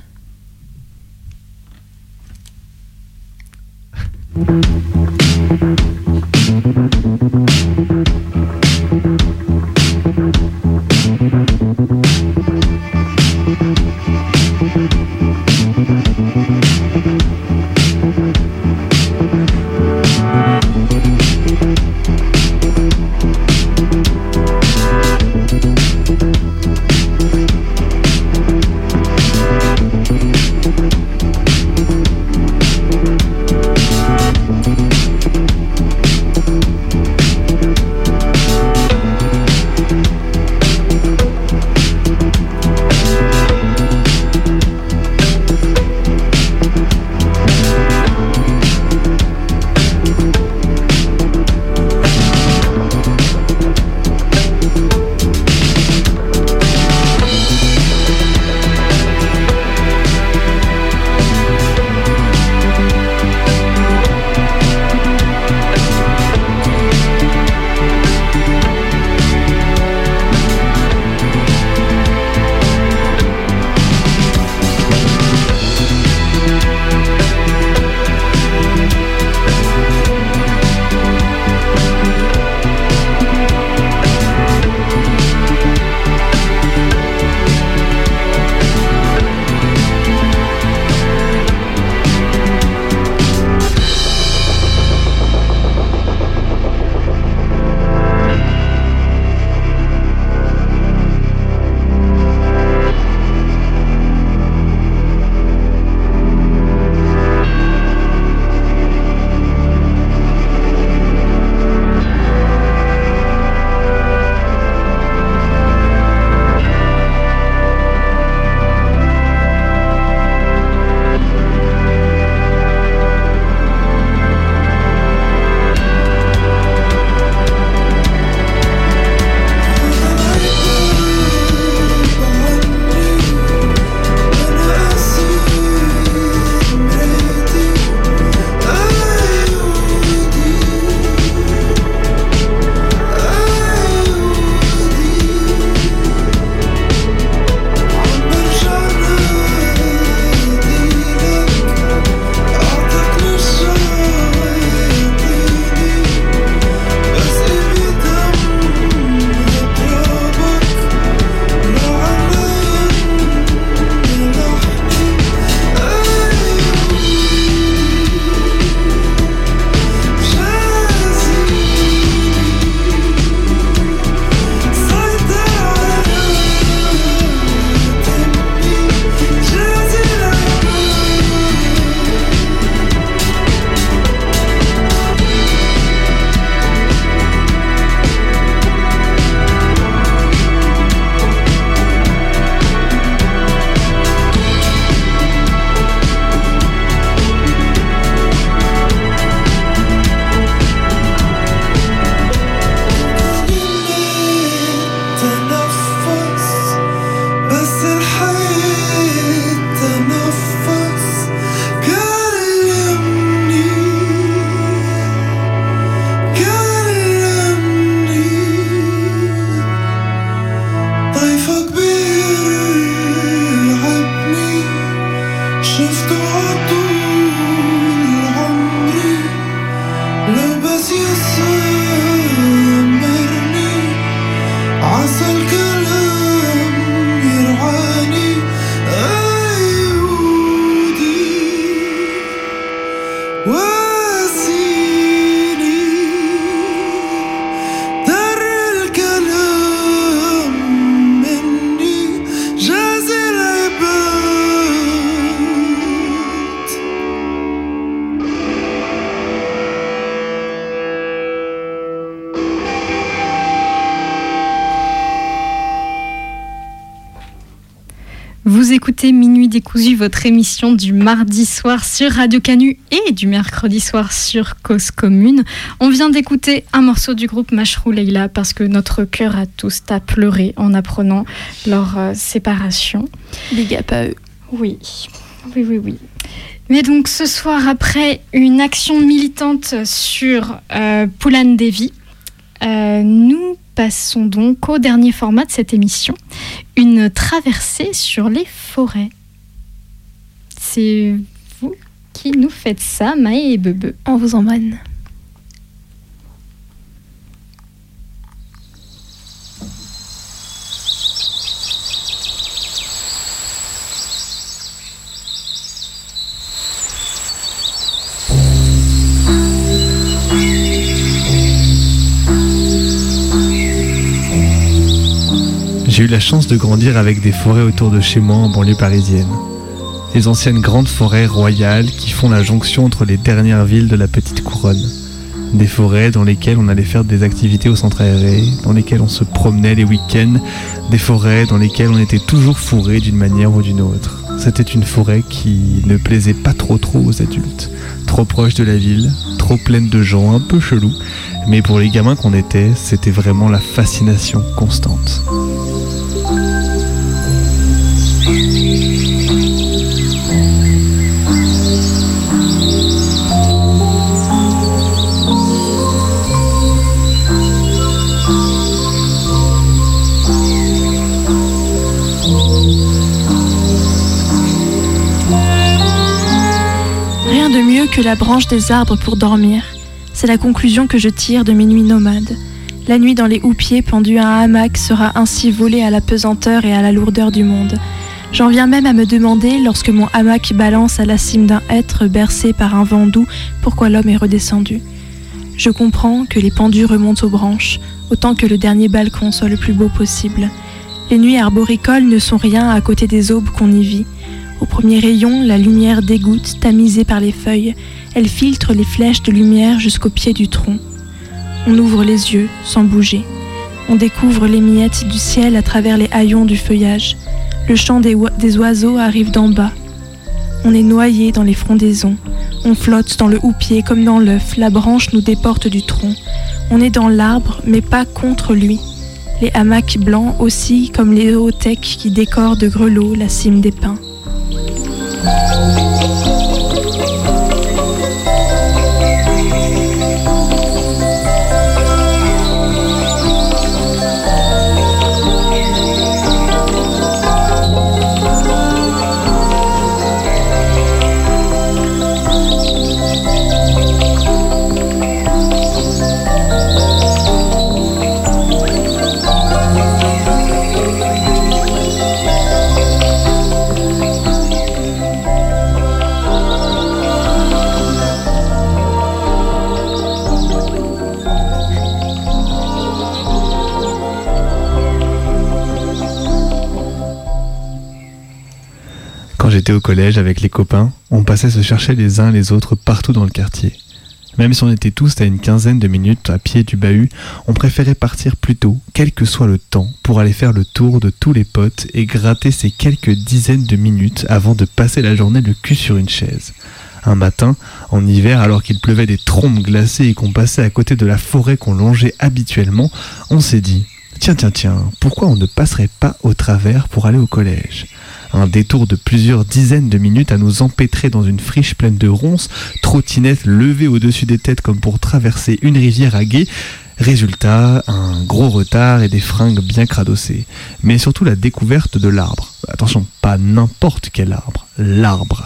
Speaker 11: Vous écoutez Minuit décousu, votre émission du mardi soir sur Radio Canu et du mercredi soir sur Cause Commune. On vient d'écouter un morceau du groupe Mashrou Leila parce que notre cœur à tous a pleuré en apprenant leur euh, séparation.
Speaker 7: Big up à eux.
Speaker 11: Oui, oui, oui, oui. Mais donc ce soir, après une action militante sur euh, Pulan Devi, euh, nous passons donc au dernier format de cette émission, une traversée sur les forêts. C'est vous qui nous faites ça, Maë et Bebe.
Speaker 7: On vous emmène.
Speaker 9: J'ai eu la chance de grandir avec des forêts autour de chez moi en banlieue parisienne. Les anciennes grandes forêts royales qui font la jonction entre les dernières villes de la petite couronne. Des forêts dans lesquelles on allait faire des activités au centre aéré, dans lesquelles on se promenait les week-ends, des forêts dans lesquelles on était toujours fourré d'une manière ou d'une autre. C'était une forêt qui ne plaisait pas trop trop aux adultes. Trop proche de la ville, trop pleine de gens un peu chelous, mais pour les gamins qu'on était, c'était vraiment la fascination constante.
Speaker 7: Rien de mieux que la branche des arbres pour dormir. C'est la conclusion que je tire de mes nuits nomades. La nuit dans les houppiers pendus à un hamac sera ainsi volée à la pesanteur et à la lourdeur du monde. J'en viens même à me demander, lorsque mon hamac balance à la cime d'un hêtre bercé par un vent doux, pourquoi l'homme est redescendu. Je comprends que les pendus remontent aux branches, autant que le dernier balcon soit le plus beau possible. Les nuits arboricoles ne sont rien à côté des aubes qu'on y vit. Au premier rayon, la lumière dégoutte, tamisée par les feuilles. Elle filtre les flèches de lumière jusqu'au pied du tronc. On ouvre les yeux, sans bouger. On découvre les miettes du ciel à travers les haillons du feuillage. Le chant des, o- des oiseaux arrive d'en bas. On est noyé dans les frondaisons. On flotte dans le houppier comme dans l'œuf. La branche nous déporte du tronc. On est dans l'arbre, mais pas contre lui. Les hamacs blancs aussi comme les hauts-tecs qui décorent de grelots la cime des pins.
Speaker 9: Quand j'étais au collège avec les copains, on passait se chercher les uns les autres partout dans le quartier. Même si on était tous à une quinzaine de minutes à pied du bahut, on préférait partir plus tôt, quel que soit le temps, pour aller faire le tour de tous les potes et gratter ces quelques dizaines de minutes avant de passer la journée le cul sur une chaise. Un matin, en hiver, alors qu'il pleuvait des trombes glacées et qu'on passait à côté de la forêt qu'on longeait habituellement, on s'est dit « Tiens, tiens, tiens, pourquoi on ne passerait pas au travers pour aller au collège ?» Un détour de plusieurs dizaines de minutes à nous empêtrer dans une friche pleine de ronces, trottinettes levées au-dessus des têtes comme pour traverser une rivière à gué. Résultat, un gros retard et des fringues bien cradossées. Mais surtout la découverte de l'arbre. Attention, pas n'importe quel arbre, l'arbre.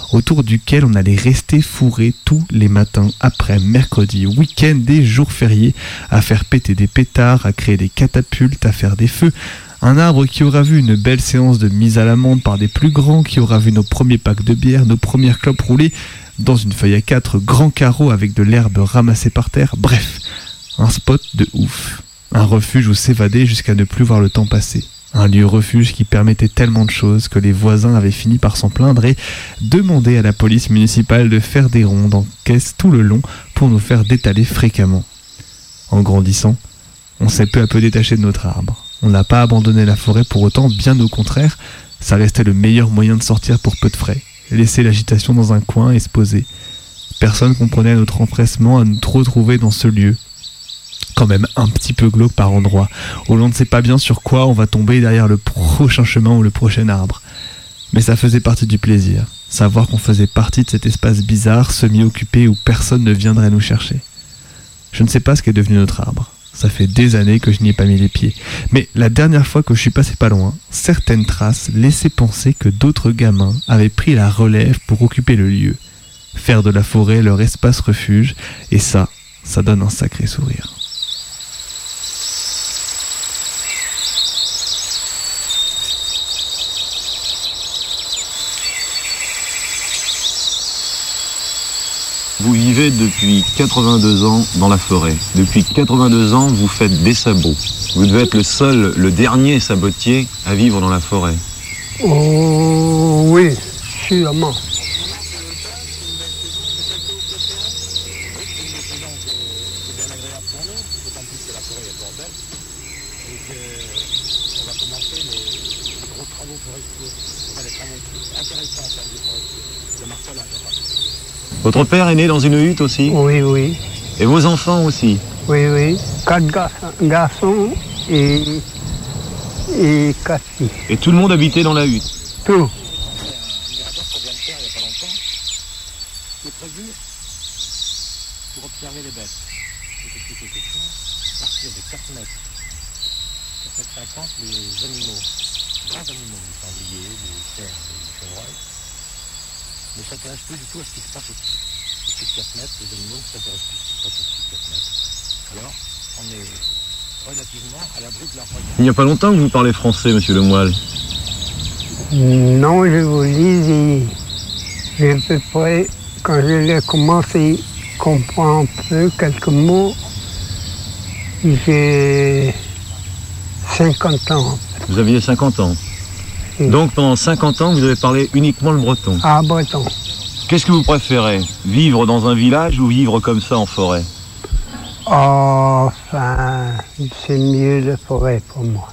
Speaker 9: autour duquel on allait rester fourré tous les matins, après mercredi, week-end et jours fériés, à faire péter des pétards, à créer des catapultes, à faire des feux. Un arbre qui aura vu une belle séance de mise à l'amende par des plus grands, qui aura vu nos premiers packs de bière, nos premières clopes roulées dans une feuille à quatre, grands carreaux avec de l'herbe ramassée par terre. Bref, un spot de ouf. Un refuge où s'évader jusqu'à ne plus voir le temps passer. Un lieu refuge qui permettait tellement de choses que les voisins avaient fini par s'en plaindre et demander à la police municipale de faire des rondes en caisse tout le long pour nous faire détaler fréquemment. En grandissant, on s'est peu à peu détaché de notre arbre. On n'a pas abandonné la forêt pour autant, bien au contraire, ça restait le meilleur moyen de sortir pour peu de frais, laisser l'agitation dans un coin et se poser. Personne comprenait notre empressement à nous retrouver dans ce lieu, quand même un petit peu glauque par endroits, où l'on ne sait pas bien sur quoi on va tomber derrière le prochain chemin ou le prochain arbre. Mais ça faisait partie du plaisir, savoir qu'on faisait partie de cet espace bizarre, semi-occupé où personne ne viendrait nous chercher. Je ne sais pas ce qu'est devenu notre arbre. Ça fait des années que je n'y ai pas mis les pieds. Mais la dernière fois que je suis passé pas loin, certaines traces laissaient penser que d'autres gamins avaient pris la relève pour occuper le lieu, faire de la forêt leur espace refuge, et ça, ça donne un sacré sourire.
Speaker 1: Vous vivez depuis quatre-vingt-deux ans dans la forêt. Depuis quatre-vingt-deux ans, vous faites des sabots. Vous devez être le seul, le dernier sabotier à vivre dans la forêt.
Speaker 22: Oh oui, sûrement.
Speaker 1: Votre père est né dans une hutte aussi?
Speaker 22: Oui, oui.
Speaker 1: Et vos enfants aussi?
Speaker 22: Oui, oui. Quatre garçons, garçons et, et quatre filles.
Speaker 1: Et tout le monde habitait dans la hutte?
Speaker 22: Tout.
Speaker 23: C'est prévu pour observer les bêtes. Je t'explique les questions. À partir de quatre mètres, quatre mètres cinquante, les animaux, grands animaux, les sangliers, les cerfs, les chevreuils, ne s'intéressent plus du tout à ce qui se passe au-dessus. Au-dessus de quatre mètres, les animaux ne s'intéressent plus à ce qui se passe au-dessus de quatre mètres. Alors, on est relativement à l'abri de leur regard.
Speaker 1: Il n'y a pas longtemps que vous parlez français, monsieur Lemoyle?
Speaker 22: Non, je vous dis, j'ai à peu près, quand je l'ai commencé à comprendre un peu quelques mots, j'ai cinquante ans.
Speaker 1: Vous aviez cinquante ans? Donc pendant cinquante ans, vous avez parlé uniquement le breton?
Speaker 22: Ah, breton.
Speaker 1: Qu'est-ce que vous préférez? Vivre dans un village ou vivre comme ça en forêt?
Speaker 22: Oh, enfin, c'est mieux la forêt pour moi.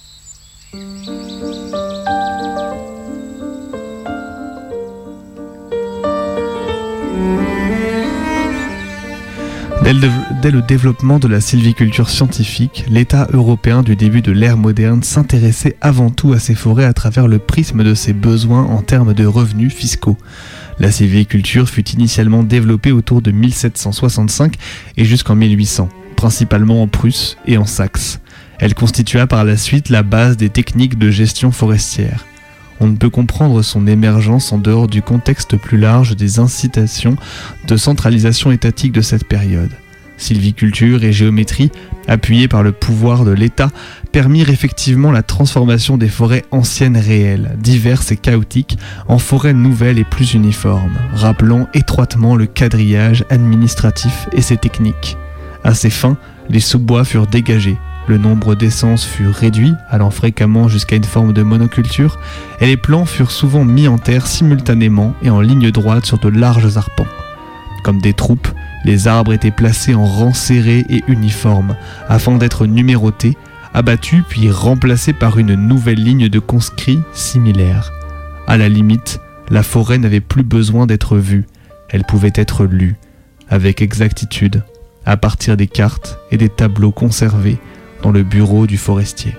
Speaker 9: Dès le, dès le développement de la sylviculture scientifique, l'État européen du début de l'ère moderne s'intéressait avant tout à ces forêts à travers le prisme de ses besoins en termes de revenus fiscaux. La sylviculture fut initialement développée autour de mille sept cent soixante-cinq et jusqu'en mille huit cents, principalement en Prusse et en Saxe. Elle constitua par la suite la base des techniques de gestion forestière. On ne peut comprendre son émergence en dehors du contexte plus large des incitations de centralisation étatique de cette période. Sylviculture et géométrie, appuyées par le pouvoir de l'État, permirent effectivement la transformation des forêts anciennes réelles, diverses et chaotiques, en forêts nouvelles et plus uniformes, rappelant étroitement le quadrillage administratif et ses techniques. À ces fins, les sous-bois furent dégagés, le nombre d'essences fut réduit, allant fréquemment jusqu'à une forme de monoculture, et les plants furent souvent mis en terre simultanément et en ligne droite sur de larges arpents. Comme des troupes, les arbres étaient placés en rangs serrés et uniformes, afin d'être numérotés, abattus puis remplacés par une nouvelle ligne de conscrits similaire. À la limite, la forêt n'avait plus besoin d'être vue, elle pouvait être lue, avec exactitude, à partir des cartes et des tableaux conservés dans le bureau du forestier.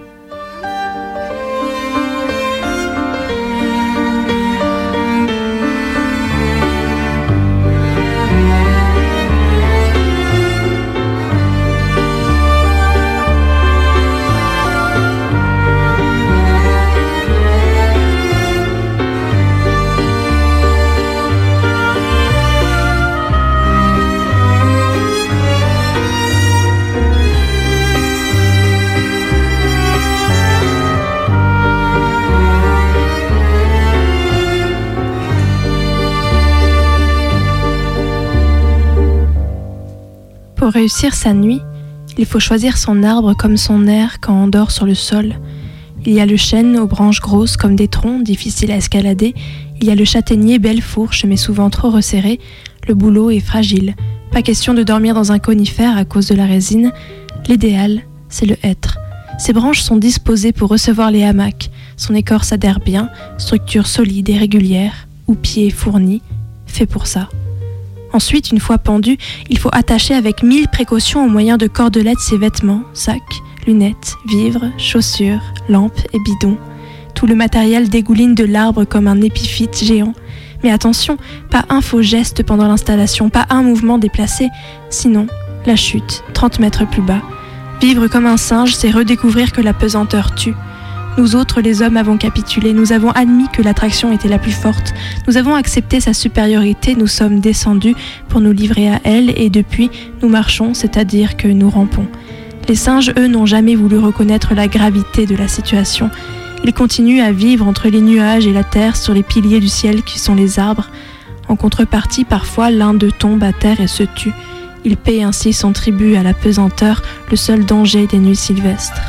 Speaker 7: Pour réussir sa nuit, il faut choisir son arbre comme son air quand on dort sur le sol. Il y a le chêne aux branches grosses comme des troncs, difficiles à escalader. Il y a le châtaignier, belle fourche mais souvent trop resserré. Le bouleau est fragile. Pas question de dormir dans un conifère à cause de la résine. L'idéal, c'est le hêtre. Ses branches sont disposées pour recevoir les hamacs. Son écorce adhère bien, structure solide et régulière, houppier fourni, fait pour ça. Ensuite, une fois pendu, il faut attacher avec mille précautions au moyen de cordelettes ses vêtements, sacs, lunettes, vivres, chaussures, lampes et bidons. Tout le matériel dégouline de l'arbre comme un épiphyte géant. Mais attention, pas un faux geste pendant l'installation, pas un mouvement déplacé, sinon la chute, trente mètres plus bas. Vivre comme un singe, c'est redécouvrir que la pesanteur tue. Nous autres, les hommes, avons capitulé, nous avons admis que l'attraction était la plus forte, nous avons accepté sa supériorité, nous sommes descendus pour nous livrer à elle et depuis, nous marchons, c'est-à-dire que nous rampons. Les singes, eux, n'ont jamais voulu reconnaître la gravité de la situation. Ils continuent à vivre entre les nuages et la terre sur les piliers du ciel qui sont les arbres. En contrepartie, parfois, l'un d'eux tombe à terre et se tue. Il paie ainsi son tribut à la pesanteur, le seul danger des nuits sylvestres.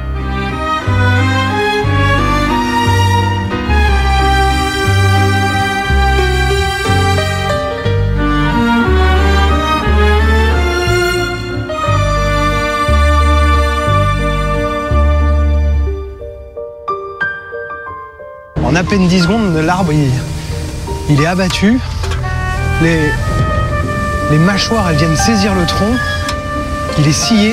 Speaker 2: En à peine dix secondes, l'arbre il, il est abattu. Les, les mâchoires elles viennent saisir le tronc. Il est scié.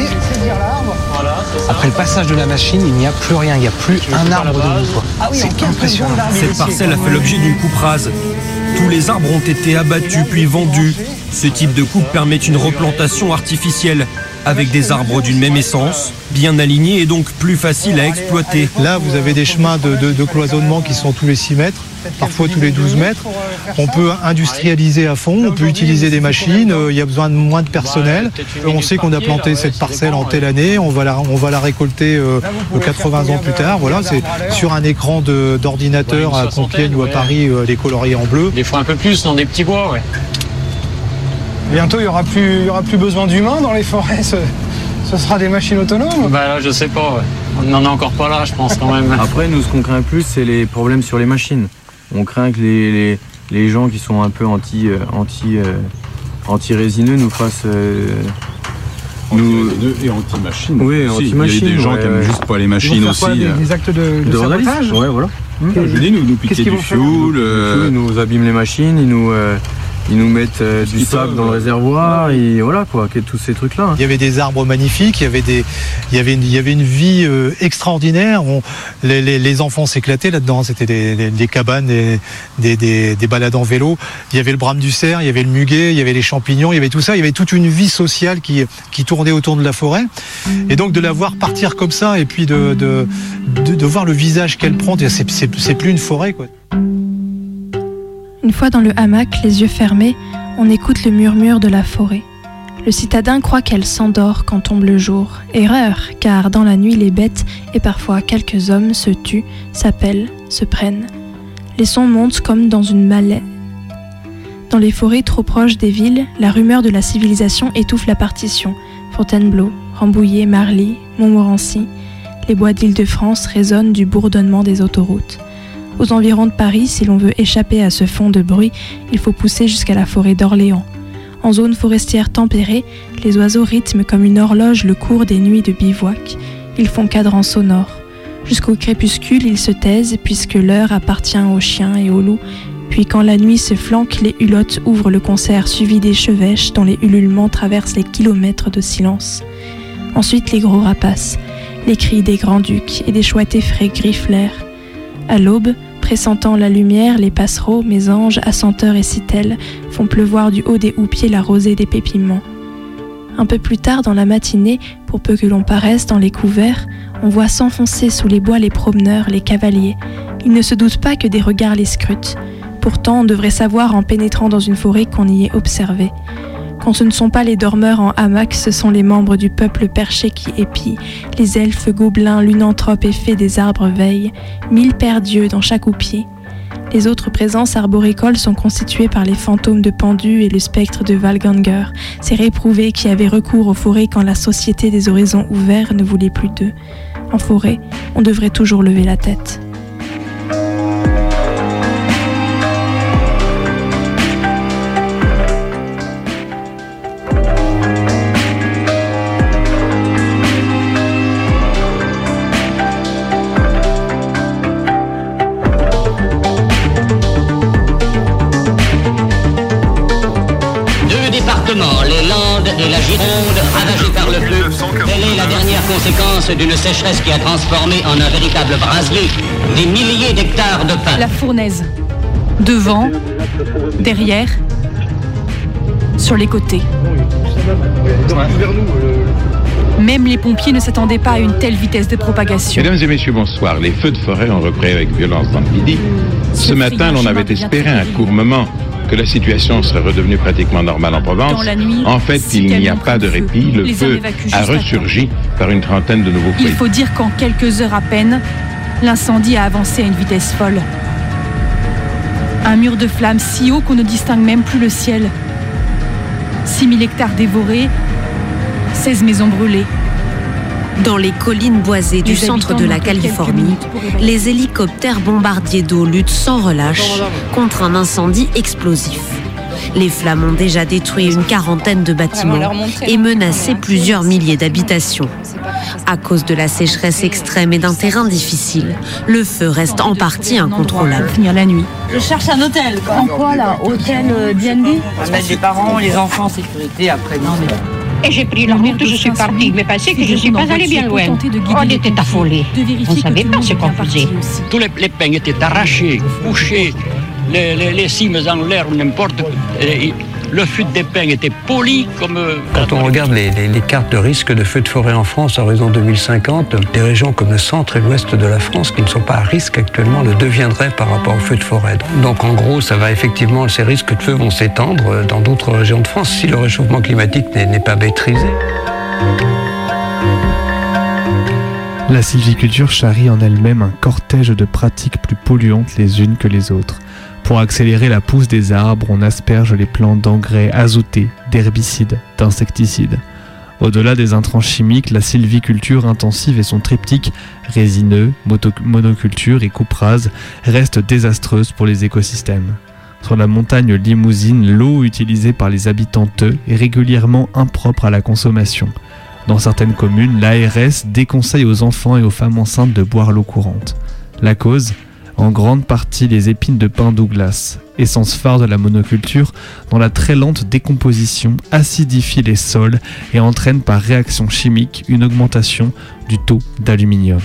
Speaker 2: Après le passage de la machine, il n'y a plus rien. Il n'y a plus un arbre debout.
Speaker 3: Ah oui,
Speaker 2: c'est impressionnant.
Speaker 3: Cette parcelle a fait l'objet d'une coupe rase. Tous les arbres ont été abattus puis vendus. Ce type de coupe permet une replantation artificielle avec des arbres d'une même essence, bien alignés et donc plus faciles à exploiter.
Speaker 2: Là, vous avez des chemins de, de, de cloisonnement qui sont tous les six mètres, parfois tous les douze mètres. On peut industrialiser à fond, on peut utiliser des machines, il y a besoin de moins de personnel. On sait qu'on a planté cette parcelle en telle année, on va la, on va la récolter euh, quatre-vingts ans plus tard. Voilà, c'est sur un écran de, d'ordinateur à Compiègne ou à Paris, euh, les coloriés en bleu.
Speaker 6: Des fois un peu plus dans des petits bois, ouais.
Speaker 2: Bientôt, il n'y aura plus, il y aura plus besoin d'humains dans les forêts. Ce, ce sera des machines autonomes.
Speaker 6: Bah là, je sais pas. Ouais. On n'en est encore pas là, je pense quand même.
Speaker 24: Après, nous, ce qu'on craint plus, c'est les problèmes sur les machines. On craint que les, les, les gens qui sont un peu anti, euh, anti, euh, anti-résineux nous fassent. Euh,
Speaker 25: nous... Et anti-machines.
Speaker 24: Oui, anti-machines.
Speaker 25: Il y a des gens
Speaker 24: ouais,
Speaker 25: qui n'aiment
Speaker 24: ouais.
Speaker 25: juste pas les machines
Speaker 2: Ils vont
Speaker 25: aussi.
Speaker 2: faire quoi, des, des actes de, de,
Speaker 24: de
Speaker 2: sabotage.
Speaker 24: Ouais, voilà.
Speaker 25: Mmh. Je dis, nous, nous piquer du fioul.
Speaker 24: Euh... Ils nous abîment les machines, ils nous. Euh... Ils nous mettent euh, du sable dans le réservoir et voilà quoi, tous ces trucs-là. Hein.
Speaker 2: Il y avait des arbres magnifiques, il y avait, des, il y avait, une, il y avait une vie euh, extraordinaire. On, les, les, les enfants s'éclataient là-dedans, c'était des, des, des cabanes, des, des, des, des balades en vélo. Il y avait le brame du cerf, il y avait le muguet, il y avait les champignons, il y avait tout ça. Il y avait toute une vie sociale qui, qui tournait autour de la forêt. Et donc de la voir partir comme ça et puis de, de, de, de voir le visage qu'elle prend, c'est, c'est, c'est plus une forêt quoi.
Speaker 7: Une fois dans le hamac, les yeux fermés, on écoute le murmure de la forêt. Le citadin croit qu'elle s'endort quand tombe le jour. Erreur, car dans la nuit, les bêtes, et parfois quelques hommes, se tuent, s'appellent, se prennent. Les sons montent comme dans une mallette. Dans les forêts trop proches des villes, la rumeur de la civilisation étouffe la partition. Fontainebleau, Rambouillet, Marly, Montmorency, les bois d'Île-de-France résonnent du bourdonnement des autoroutes. Aux environs de Paris, si l'on veut échapper à ce fond de bruit, il faut pousser jusqu'à la forêt d'Orléans. En zone forestière tempérée, les oiseaux rythment comme une horloge le cours des nuits de bivouac. Ils font cadran sonore. Jusqu'au crépuscule, ils se taisent puisque l'heure appartient aux chiens et aux loups. Puis quand la nuit se flanque, les hulottes ouvrent le concert suivi des chevêches dont les ululements traversent les kilomètres de silence. Ensuite, les gros rapaces, les cris des grands-ducs et des chouettes effraies grifflèrent. À l'aube, pressentant la lumière, les passereaux, mésanges, assenteurs et citelles font pleuvoir du haut des houppiers la rosée des pépiments. Un peu plus tard dans la matinée, pour peu que l'on paraisse dans les couverts, on voit s'enfoncer sous les bois les promeneurs, les cavaliers. Ils ne se doutent pas que des regards les scrutent. Pourtant, on devrait savoir en pénétrant dans une forêt qu'on y est observé. Quand ce ne sont pas les dormeurs en hamac, ce sont les membres du peuple perché qui épient. Les elfes gobelins, lunanthropes et fées des arbres veillent, mille paires d'yeux dans chaque houppier. Les autres présences arboricoles sont constituées par les fantômes de Pendu et le spectre de Valganger, ces réprouvés qui avaient recours aux forêts quand la société des horizons ouverts ne voulait plus d'eux. En forêt, on devrait toujours lever la tête.
Speaker 4: Les Landes et la Gironde, ravagées par le feu. Telle est la dernière conséquence d'une sécheresse qui a transformé en un véritable brasier des milliers d'hectares de pins.
Speaker 5: La fournaise, devant, derrière, sur les côtés. Même les pompiers ne s'attendaient pas à une telle vitesse de propagation.
Speaker 8: Mesdames et messieurs, bonsoir. Les feux de forêt ont repris avec violence dans le Midi. Ce matin, l'on avait espéré un court moment que la situation serait redevenue pratiquement normale en Provence.
Speaker 5: Nuit,
Speaker 8: en fait, il n'y a pas de répit. Le feu a ressurgi par une trentaine de nouveaux foyers.
Speaker 5: Il faut dire qu'en quelques heures à peine, l'incendie a avancé à une vitesse folle. Un mur de flammes si haut qu'on ne distingue même plus le ciel. six mille hectares dévorés, seize maisons brûlées.
Speaker 10: Dans les collines boisées du centre de la Californie, les hélicoptères bombardiers d'eau luttent sans relâche contre un incendie explosif. Les flammes ont déjà détruit une quarantaine de bâtiments et menacé plusieurs milliers d'habitations. À cause de la sécheresse extrême et d'un terrain difficile, le feu reste en partie incontrôlable.
Speaker 5: Finir la nuit.
Speaker 12: Je cherche un hôtel. Quoi.
Speaker 5: En quoi là? Hôtel euh, B and B?
Speaker 12: On va mettre les parents, les enfants en sécurité après. Non, mais...
Speaker 26: Et j'ai pris la route, je suis partie, mais pensez que je ne suis pas allée bien loin. On était affolés. On ne savait pas ce qu'on faisait.
Speaker 6: Tous les, les pins étaient arrachés, couchés, les, les, les cimes en l'air ou n'importe. Et le fût des pins était poli comme...
Speaker 27: Quand on regarde les, les, les cartes de risque de feux de forêt en France à horizon deux mille cinquante, des régions comme le centre et l'ouest de la France qui ne sont pas à risque actuellement le deviendraient par rapport aux feux de forêt. Donc en gros, ça va effectivement, ces risques de feu vont s'étendre dans d'autres régions de France si le réchauffement climatique n'est, n'est pas maîtrisé.
Speaker 9: La sylviculture charrie en elle-même un cortège de pratiques plus polluantes les unes que les autres. Pour accélérer la pousse des arbres, on asperge les plants d'engrais azotés, d'herbicides, d'insecticides. Au-delà des intrants chimiques, la sylviculture intensive et son triptyque résineux, moto- monoculture et coupe rase restent désastreuses pour les écosystèmes. Sur la montagne limousine, l'eau utilisée par les habitants est régulièrement impropre à la consommation. Dans certaines communes, l'A R S déconseille aux enfants et aux femmes enceintes de boire l'eau courante. La cause ? En grande partie les épines de pin Douglas, essence phare de la monoculture, dont la très lente décomposition acidifie les sols et entraîne par réaction chimique une augmentation du taux d'aluminium.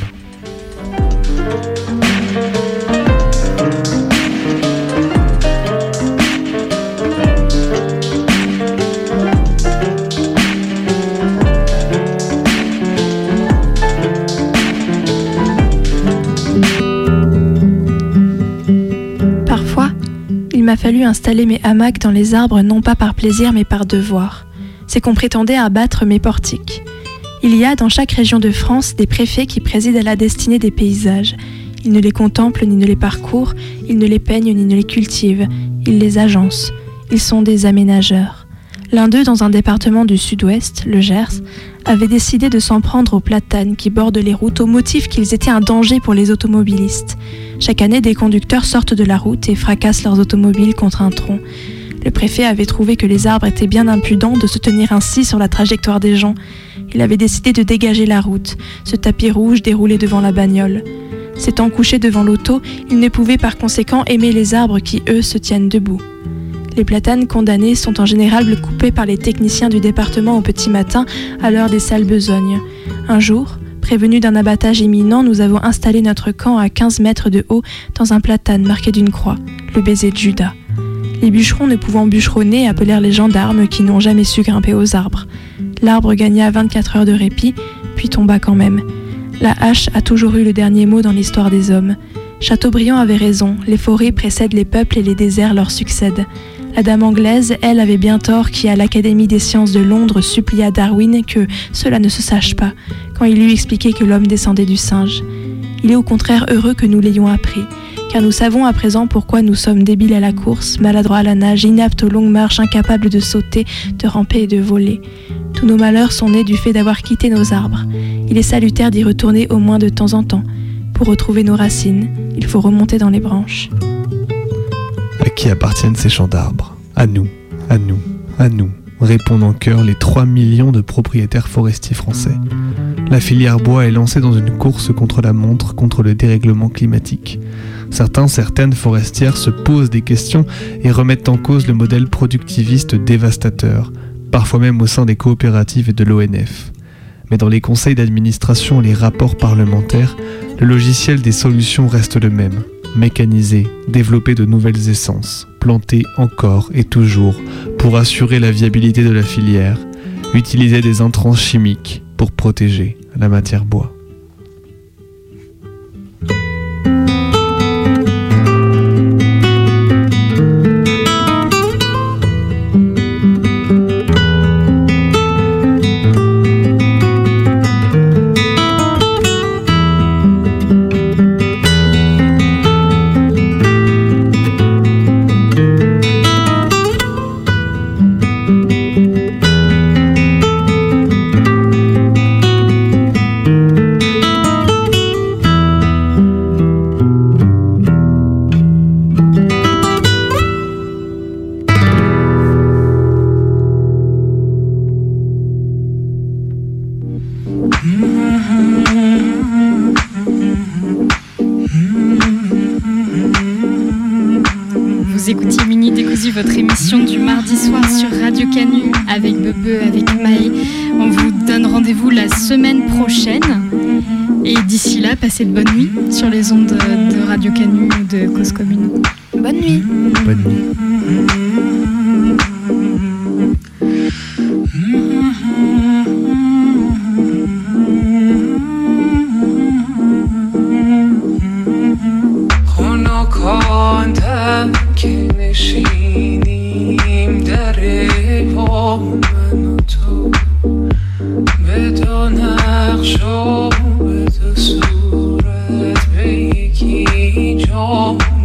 Speaker 7: Il m'a fallu installer mes hamacs dans les arbres non pas par plaisir mais par devoir. C'est qu'on prétendait abattre mes portiques. Il y a dans chaque région de France des préfets qui président à la destinée des paysages. Ils ne les contemplent ni ne les parcourent, ils ne les peignent ni ne les cultivent, ils les agencent. Ils sont des aménageurs. L'un d'eux, dans un département du sud-ouest, le Gers, avait décidé de s'en prendre aux platanes qui bordent les routes au motif qu'ils étaient un danger pour les automobilistes. Chaque année, des conducteurs sortent de la route et fracassent leurs automobiles contre un tronc. Le préfet avait trouvé que les arbres étaient bien impudents de se tenir ainsi sur la trajectoire des gens. Il avait décidé de dégager la route, ce tapis rouge déroulé devant la bagnole. S'étant couché devant l'auto, il ne pouvait par conséquent aimer les arbres qui, eux, se tiennent debout. Les platanes condamnées sont en général coupées par les techniciens du département au petit matin à l'heure des sales besognes. Un jour, prévenus d'un abattage imminent, nous avons installé notre camp à quinze mètres de haut dans un platane marqué d'une croix, le baiser de Judas. Les bûcherons ne pouvant bûcheronner appelèrent les gendarmes qui n'ont jamais su grimper aux arbres. L'arbre gagna vingt-quatre heures de répit, puis tomba quand même. La hache a toujours eu le dernier mot dans l'histoire des hommes. Chateaubriand avait raison, les forêts précèdent les peuples et les déserts leur succèdent. La dame anglaise, elle, avait bien tort qui, à l'Académie des sciences de Londres, supplia Darwin que cela ne se sache pas, quand il lui expliquait que l'homme descendait du singe. Il est au contraire heureux que nous l'ayons appris, car nous savons à présent pourquoi nous sommes débiles à la course, maladroits à la nage, inaptes aux longues marches, incapables de sauter, de ramper et de voler. Tous nos malheurs sont nés du fait d'avoir quitté nos arbres. Il est salutaire d'y retourner au moins de temps en temps. Pour retrouver nos racines, il faut remonter dans les branches.
Speaker 9: À qui appartiennent ces champs d'arbres ? À nous, à nous, à nous, répondent en chœur les trois millions de propriétaires forestiers français. La filière bois est lancée dans une course contre la montre, contre le dérèglement climatique. Certains, certaines forestières se posent des questions et remettent en cause le modèle productiviste dévastateur, parfois même au sein des coopératives et de l'O N F. Mais dans les conseils d'administration et les rapports parlementaires, le logiciel des solutions reste le même. Mécaniser, développer de nouvelles essences, planter encore et toujours pour assurer la viabilité de la filière, utiliser des intrants chimiques pour protéger la matière bois.
Speaker 11: Vous écoutiez Mini Décousu, votre émission du mardi soir sur Radio Canu avec Bebe, avec Maë. On vous donne rendez-vous la semaine prochaine. Et d'ici là, passez de bonnes nuits sur les ondes de Radio Canu ou de Cause Commune.
Speaker 7: Bonne nuit.
Speaker 9: Bonne nuit.
Speaker 13: که نشینیم در پا من و تو به دو نقش و به دو صورت به یکی جا